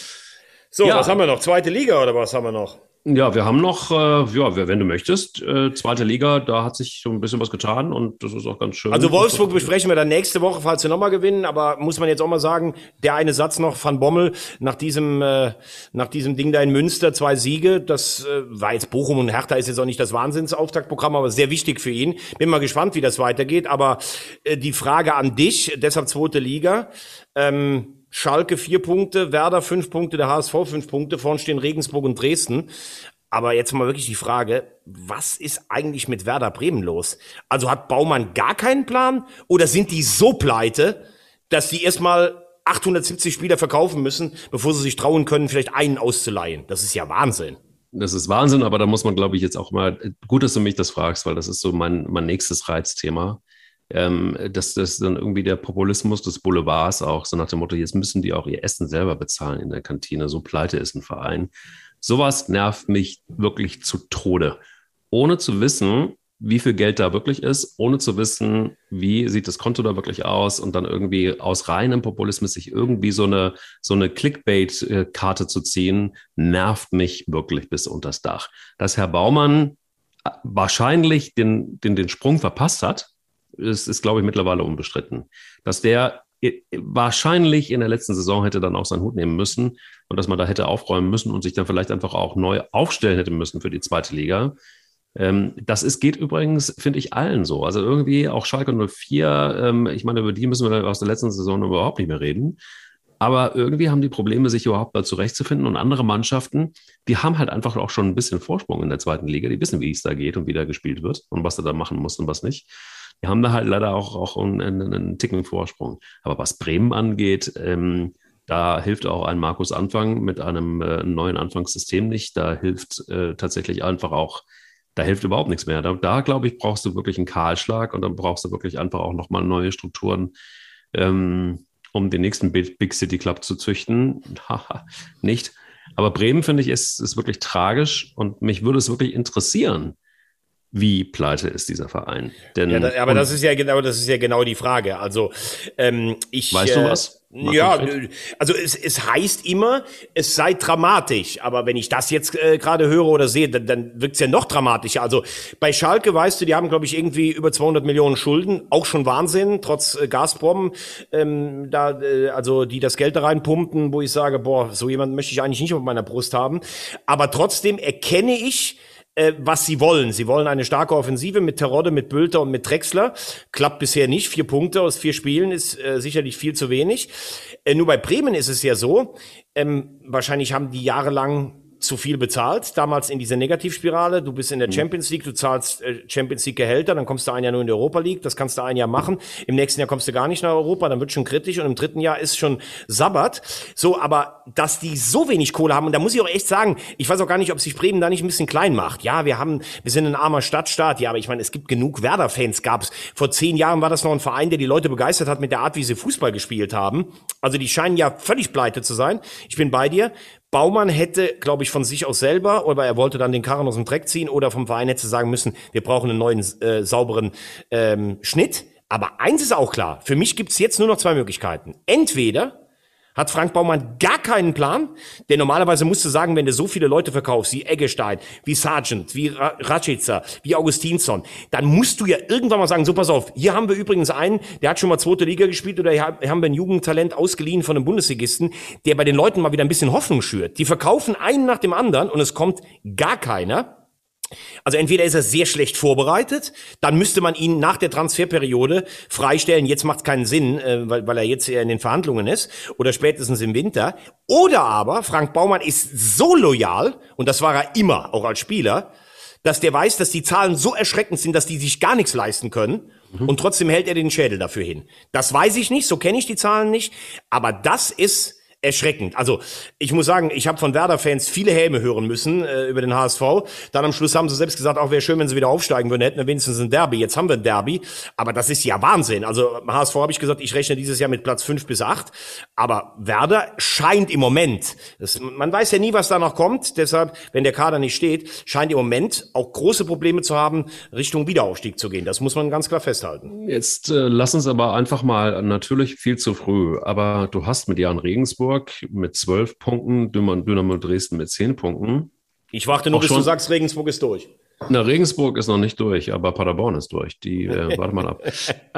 So, was haben wir noch? Zweite Liga oder was haben wir noch? Ja, wir haben noch, wenn du möchtest, zweite Liga, da hat sich so ein bisschen was getan und das ist auch ganz schön. Also Wolfsburg besprechen wir dann nächste Woche, falls wir nochmal gewinnen, aber muss man jetzt auch mal sagen, der eine Satz noch, Van Bommel, nach diesem Ding da in Münster, 2 Siege, das war jetzt Bochum und Hertha ist jetzt auch nicht das Wahnsinnsauftaktprogramm, aber sehr wichtig für ihn. Bin mal gespannt, wie das weitergeht, aber die Frage an dich, deshalb zweite Liga, Schalke 4 Punkte, Werder 5 Punkte, der HSV 5 Punkte, vorne stehen Regensburg und Dresden. Aber jetzt mal wirklich die Frage, was ist eigentlich mit Werder Bremen los? Also hat Baumann gar keinen Plan oder sind die so pleite, dass die erstmal 870 Spieler verkaufen müssen, bevor sie sich trauen können, vielleicht einen auszuleihen? Das ist ja Wahnsinn. Das ist Wahnsinn, aber da muss man, glaube ich, jetzt auch mal, gut, dass du mich das fragst, weil das ist so mein nächstes Reizthema. Dass das dann irgendwie der Populismus des Boulevards auch, so nach dem Motto, jetzt müssen die auch ihr Essen selber bezahlen in der Kantine, so pleite ist ein Verein. Sowas nervt mich wirklich zu Tode. Ohne zu wissen, wie viel Geld da wirklich ist, ohne zu wissen, wie sieht das Konto da wirklich aus und dann irgendwie aus reinem Populismus sich irgendwie so eine Clickbait-Karte zu ziehen, nervt mich wirklich bis unters Dach. Dass Herr Baumann wahrscheinlich den Sprung verpasst hat, ist, glaube ich, mittlerweile unbestritten. Dass der wahrscheinlich in der letzten Saison hätte dann auch seinen Hut nehmen müssen und dass man da hätte aufräumen müssen und sich dann vielleicht einfach auch neu aufstellen hätte müssen für die zweite Liga. Geht übrigens, finde ich, allen so. Also irgendwie auch Schalke 04, ich meine, über die müssen wir aus der letzten Saison überhaupt nicht mehr reden. Aber irgendwie haben die Probleme, sich überhaupt da zurechtzufinden. Und andere Mannschaften, die haben halt einfach auch schon ein bisschen Vorsprung in der zweiten Liga. Die wissen, wie es da geht und wie da gespielt wird und was du da machen musst und was nicht. Die haben da halt leider auch einen Ticken Vorsprung. Aber was Bremen angeht, da hilft auch ein Markus Anfang mit einem neuen Anfangssystem nicht. Da hilft tatsächlich einfach auch, da hilft überhaupt nichts mehr. Da glaube ich, brauchst du wirklich einen Kahlschlag und dann brauchst du wirklich einfach auch nochmal neue Strukturen, um den nächsten Big City Club zu züchten. Nicht. Aber Bremen, finde ich, ist wirklich tragisch und mich würde es wirklich interessieren, wie pleite ist dieser Verein. Denn, aber das ist ja genau die Frage. Also weißt du was? Ja, also es heißt immer, es sei dramatisch. Aber wenn ich das jetzt gerade höre oder sehe, dann wirkt es ja noch dramatischer. Also bei Schalke weißt du, die haben, glaube ich, irgendwie über 200 Millionen Schulden. Auch schon Wahnsinn, trotz Gazprom, also die das Geld da reinpumpen, wo ich sage, boah, so jemand möchte ich eigentlich nicht auf meiner Brust haben. Aber trotzdem erkenne ich, was sie wollen. Sie wollen eine starke Offensive mit Terodde, mit Bülter und mit Drexler. Klappt bisher nicht. 4 Punkte aus 4 Spielen ist sicherlich viel zu wenig. Nur bei Bremen ist es ja so, wahrscheinlich haben die jahrelang zu viel bezahlt, damals in dieser Negativspirale. Du bist in der Champions League, du zahlst Champions League Gehälter, dann kommst du ein Jahr nur in die Europa League, das kannst du ein Jahr machen. Im nächsten Jahr kommst du gar nicht nach Europa, dann wird schon kritisch und im 3. Jahr ist schon Sabbat. So, aber dass die so wenig Kohle haben, und da muss ich auch echt sagen, ich weiß auch gar nicht, ob sich Bremen da nicht ein bisschen klein macht. Ja, wir sind ein armer Stadtstaat, ja, aber ich meine, es gibt genug Werder-Fans, gab's. Vor 10 Jahren war das noch ein Verein, der die Leute begeistert hat mit der Art, wie sie Fußball gespielt haben. Also die scheinen ja völlig pleite zu sein. Ich bin bei dir. Baumann hätte, glaube ich, von sich aus selber, oder er wollte dann den Karren aus dem Dreck ziehen, oder vom Verein hätte sagen müssen, wir brauchen einen neuen, sauberen Schnitt. Aber eins ist auch klar, für mich gibt's jetzt nur noch 2 Möglichkeiten. Entweder hat Frank Baumann gar keinen Plan, denn normalerweise musst du sagen, wenn du so viele Leute verkaufst, wie Eggestein, wie Sargent, wie Rashica, wie Augustinsson, dann musst du ja irgendwann mal sagen, so pass auf, hier haben wir übrigens einen, der hat schon mal 2. Liga gespielt, oder hier haben wir ein Jugendtalent ausgeliehen von einem Bundesligisten, der bei den Leuten mal wieder ein bisschen Hoffnung schürt. Die verkaufen einen nach dem anderen und es kommt gar keiner. Also entweder ist er sehr schlecht vorbereitet, dann müsste man ihn nach der Transferperiode freistellen, jetzt macht es keinen Sinn, weil er jetzt eher in den Verhandlungen ist, oder spätestens im Winter. Oder aber Frank Baumann ist so loyal, und das war er immer, auch als Spieler, dass der weiß, dass die Zahlen so erschreckend sind, dass die sich gar nichts leisten können, und trotzdem hält er den Schädel dafür hin. Das weiß ich nicht, so kenne ich die Zahlen nicht, aber das ist erschreckend. Also ich muss sagen, ich habe von Werder-Fans viele Häme hören müssen über den HSV. Dann am Schluss haben sie selbst gesagt, auch wäre schön, wenn sie wieder aufsteigen würden, hätten wir wenigstens ein Derby. Jetzt haben wir ein Derby, aber das ist ja Wahnsinn. Also HSV habe ich gesagt, ich rechne dieses Jahr mit Platz 5 bis 8. Aber Werder scheint im Moment, man weiß ja nie, was da noch kommt, deshalb, wenn der Kader nicht steht, scheint im Moment auch große Probleme zu haben, Richtung Wiederaufstieg zu gehen. Das muss man ganz klar festhalten. Jetzt lass uns aber einfach mal, natürlich viel zu früh, aber du hast mit Jan Regensburg mit 12 Punkten, Dynamo Dresden mit 10 Punkten. Ich warte nur, bis du sagst, Regensburg ist durch. Na, Regensburg ist noch nicht durch, aber Paderborn ist durch. Warte mal ab.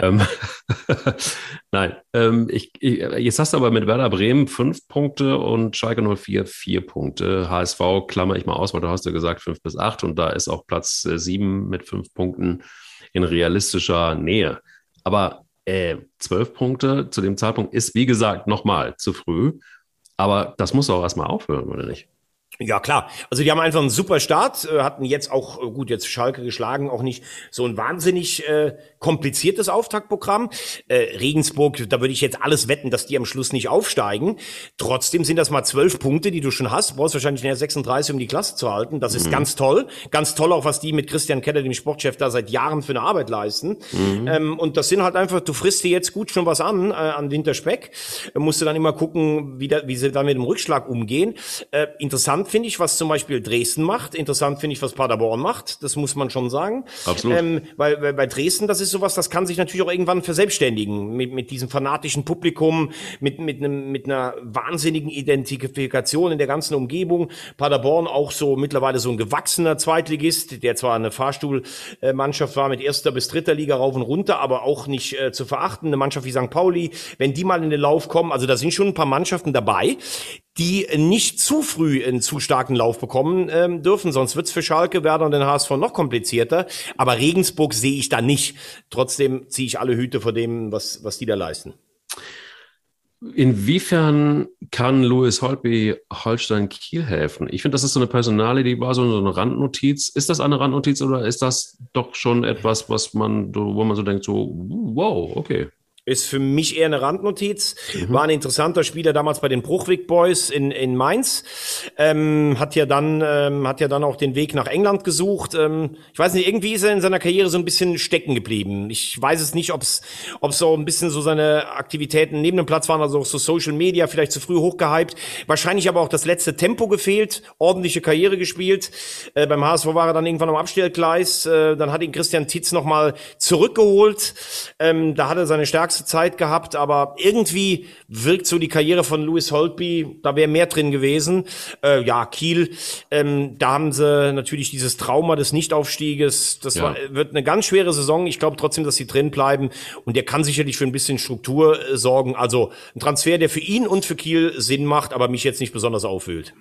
Nein, jetzt hast du aber mit Werder Bremen 5 Punkte und Schalke 04 4 Punkte. HSV klammer ich mal aus, weil du hast ja gesagt 5 bis 8 und da ist auch Platz 7 mit 5 Punkten in realistischer Nähe. Aber 12 Punkte zu dem Zeitpunkt ist, wie gesagt, nochmal zu früh. Aber das muss auch erstmal aufhören, oder nicht? Ja, klar. Also die haben einfach einen super Start, hatten jetzt auch, gut, jetzt Schalke geschlagen, auch nicht so ein wahnsinnig kompliziertes Auftaktprogramm. Regensburg, da würde ich jetzt alles wetten, dass die am Schluss nicht aufsteigen. Trotzdem sind das mal 12 Punkte, die du schon hast. Du brauchst wahrscheinlich näher 36, um die Klasse zu halten. Das ist ganz toll. Ganz toll auch, was die mit Christian Keller, dem Sportchef, da seit Jahren für eine Arbeit leisten. Und das sind halt einfach, du frisst dir jetzt gut schon was an Winterspeck. Musst du dann immer gucken, wie sie dann mit dem Rückschlag umgehen. Interessant finde ich, was zum Beispiel Dresden macht. Interessant finde ich, was Paderborn macht. Das muss man schon sagen. Absolut. Weil bei Dresden, das ist sowas, das kann sich natürlich auch irgendwann verselbstständigen. Mit diesem fanatischen Publikum, mit einer wahnsinnigen Identifikation in der ganzen Umgebung. Paderborn auch so mittlerweile so ein gewachsener Zweitligist, der zwar eine Fahrstuhlmannschaft war mit 1. bis 3. Liga rauf und runter, aber auch nicht zu verachten. Eine Mannschaft wie St. Pauli, wenn die mal in den Lauf kommen, also da sind schon ein paar Mannschaften dabei, die nicht zu früh einen zu starken Lauf bekommen dürfen, sonst wird's für Schalke, Werder und den HSV noch komplizierter. Aber Regensburg sehe ich da nicht. Trotzdem ziehe ich alle Hüte vor dem, was die da leisten. Inwiefern kann Louis Holtby Holstein Kiel helfen? Ich finde, das ist so eine Personalie, die war so eine Randnotiz. Ist das eine Randnotiz oder ist das doch schon etwas, wo man so denkt, so, wow, okay. ist für mich eher eine Randnotiz. War ein interessanter Spieler damals bei den Bruchwig Boys in Mainz. Hat ja dann auch den Weg nach England gesucht. Ich weiß nicht, irgendwie ist er in seiner Karriere so ein bisschen stecken geblieben. Ich weiß es nicht, ob so ein bisschen so seine Aktivitäten neben dem Platz waren, also auch so Social Media vielleicht zu früh hochgehypt. Wahrscheinlich aber auch das letzte Tempo gefehlt. Ordentliche Karriere gespielt. Beim HSV war er dann irgendwann am Abstellgleis. Dann hat ihn Christian Titz nochmal zurückgeholt. Da hat er seine stärkste Zeit gehabt, aber irgendwie wirkt so die Karriere von Louis Holtby, da wäre mehr drin gewesen. Kiel, da haben sie natürlich dieses Trauma des Nichtaufstieges. Das wird eine ganz schwere Saison. Ich glaube trotzdem, dass sie drin bleiben und der kann sicherlich für ein bisschen Struktur sorgen. Also ein Transfer, der für ihn und für Kiel Sinn macht, aber mich jetzt nicht besonders aufwühlt.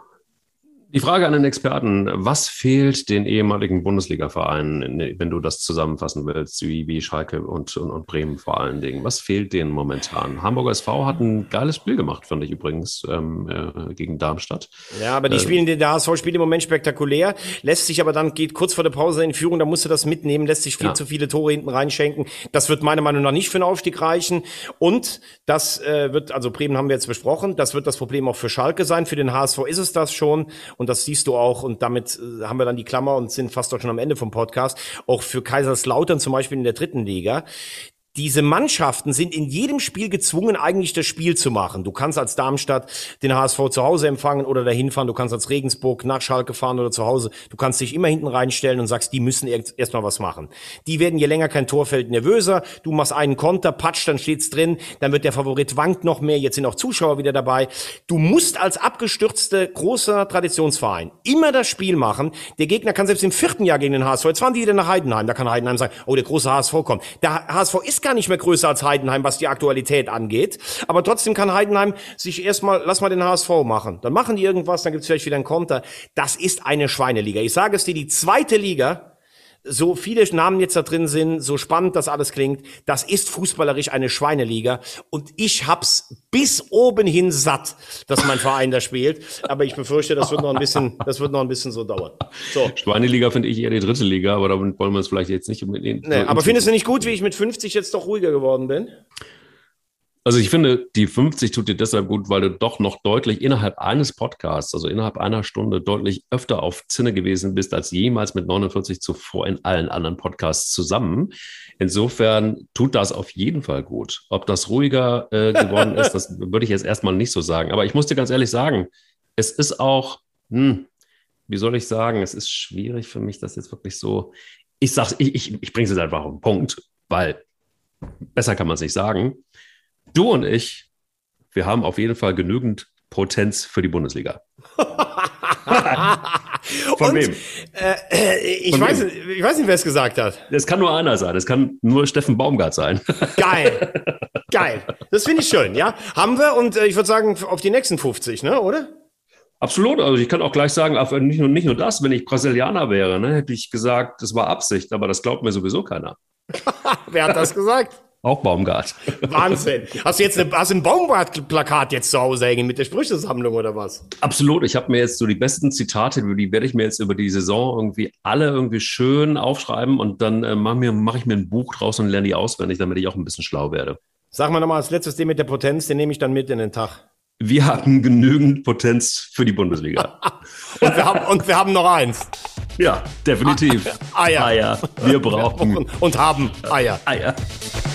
Die Frage an den Experten, was fehlt den ehemaligen Bundesliga-Vereinen, wenn du das zusammenfassen willst, wie Schalke und Bremen vor allen Dingen? Was fehlt denen momentan? Hamburger SV hat ein geiles Spiel gemacht, fand ich übrigens, gegen Darmstadt. Ja, aber der HSV spielt im Moment spektakulär, lässt sich aber dann, geht kurz vor der Pause in Führung, da musst du das mitnehmen, lässt sich viel zu viele Tore hinten reinschenken. Das wird meiner Meinung nach nicht für einen Aufstieg reichen. Und das also Bremen haben wir jetzt besprochen, das wird das Problem auch für Schalke sein. Für den HSV ist es das schon. Und das siehst du auch, und damit haben wir dann die Klammer und sind fast auch schon am Ende vom Podcast, auch für Kaiserslautern zum Beispiel in der 3. Liga. Diese Mannschaften sind in jedem Spiel gezwungen, eigentlich das Spiel zu machen. Du kannst als Darmstadt den HSV zu Hause empfangen oder dahin fahren. Du kannst als Regensburg nach Schalke fahren oder zu Hause. Du kannst dich immer hinten reinstellen und sagst, die müssen erstmal was machen. Die werden je länger kein Tor fällt nervöser. Du machst einen Konter, patsch, dann steht's drin. Dann wird der Favorit wankt noch mehr. Jetzt sind auch Zuschauer wieder dabei. Du musst als abgestürzte großer Traditionsverein immer das Spiel machen. Der Gegner kann selbst im 4. Jahr gegen den HSV. Jetzt fahren die wieder nach Heidenheim. Da kann Heidenheim sagen, oh, der große HSV kommt. Der HSV ist gar nicht mehr größer als Heidenheim, was die Aktualität angeht. Aber trotzdem kann Heidenheim sich lass mal den HSV machen. Dann machen die irgendwas, dann gibt's vielleicht wieder einen Konter. Das ist eine Schweineliga. Ich sage es dir, die 2. Liga, so viele Namen jetzt da drin sind, so spannend das alles klingt, das ist fußballerisch eine Schweineliga. Und ich hab's bis oben hin satt, dass mein Verein da spielt. Aber ich befürchte, das wird noch ein bisschen so dauern. So. Schweineliga finde ich eher die 3. Liga, aber damit wollen wir es vielleicht jetzt nicht unbedingt. Nee, aber findest du nicht gut, wie ich mit 50 jetzt doch ruhiger geworden bin? Also ich finde, die 50 tut dir deshalb gut, weil du doch noch deutlich innerhalb eines Podcasts, also innerhalb einer Stunde, deutlich öfter auf Zinne gewesen bist als jemals mit 49 zuvor in allen anderen Podcasts zusammen. Insofern tut das auf jeden Fall gut. Ob das ruhiger geworden ist, das würde ich jetzt erstmal nicht so sagen. Aber ich muss dir ganz ehrlich sagen, es ist auch, wie soll ich sagen, es ist schwierig für mich, das jetzt wirklich so, ich bringe es jetzt einfach auf den Punkt, weil besser kann man es nicht sagen. Du und ich, wir haben auf jeden Fall genügend Potenz für die Bundesliga. Von wem? Ich weiß nicht, wer es gesagt hat. Es kann nur einer sein. Es kann nur Steffen Baumgart sein. Geil. Das finde ich schön, ja. Haben wir und ich würde sagen, auf die nächsten 50, ne, oder? Absolut. Also ich kann auch gleich sagen, nicht nur das, wenn ich Brasilianer wäre, ne, hätte ich gesagt, das war Absicht, aber das glaubt mir sowieso keiner. Wer hat das gesagt? Auch Baumgart. Wahnsinn. Hast du ein Baumgart-Plakat jetzt zu Hause hängen mit der Sprüchesammlung oder was? Absolut. Ich habe mir jetzt so die besten Zitate, die werde ich mir jetzt über die Saison irgendwie schön aufschreiben und dann mache ich mir ein Buch draus und lerne die auswendig, damit ich auch ein bisschen schlau werde. Sag mal nochmal als letztes den mit der Potenz, den nehme ich dann mit in den Tag. Wir haben genügend Potenz für die Bundesliga. und wir haben noch eins. Ja, definitiv. Eier. Wir brauchen und haben Eier. Eier.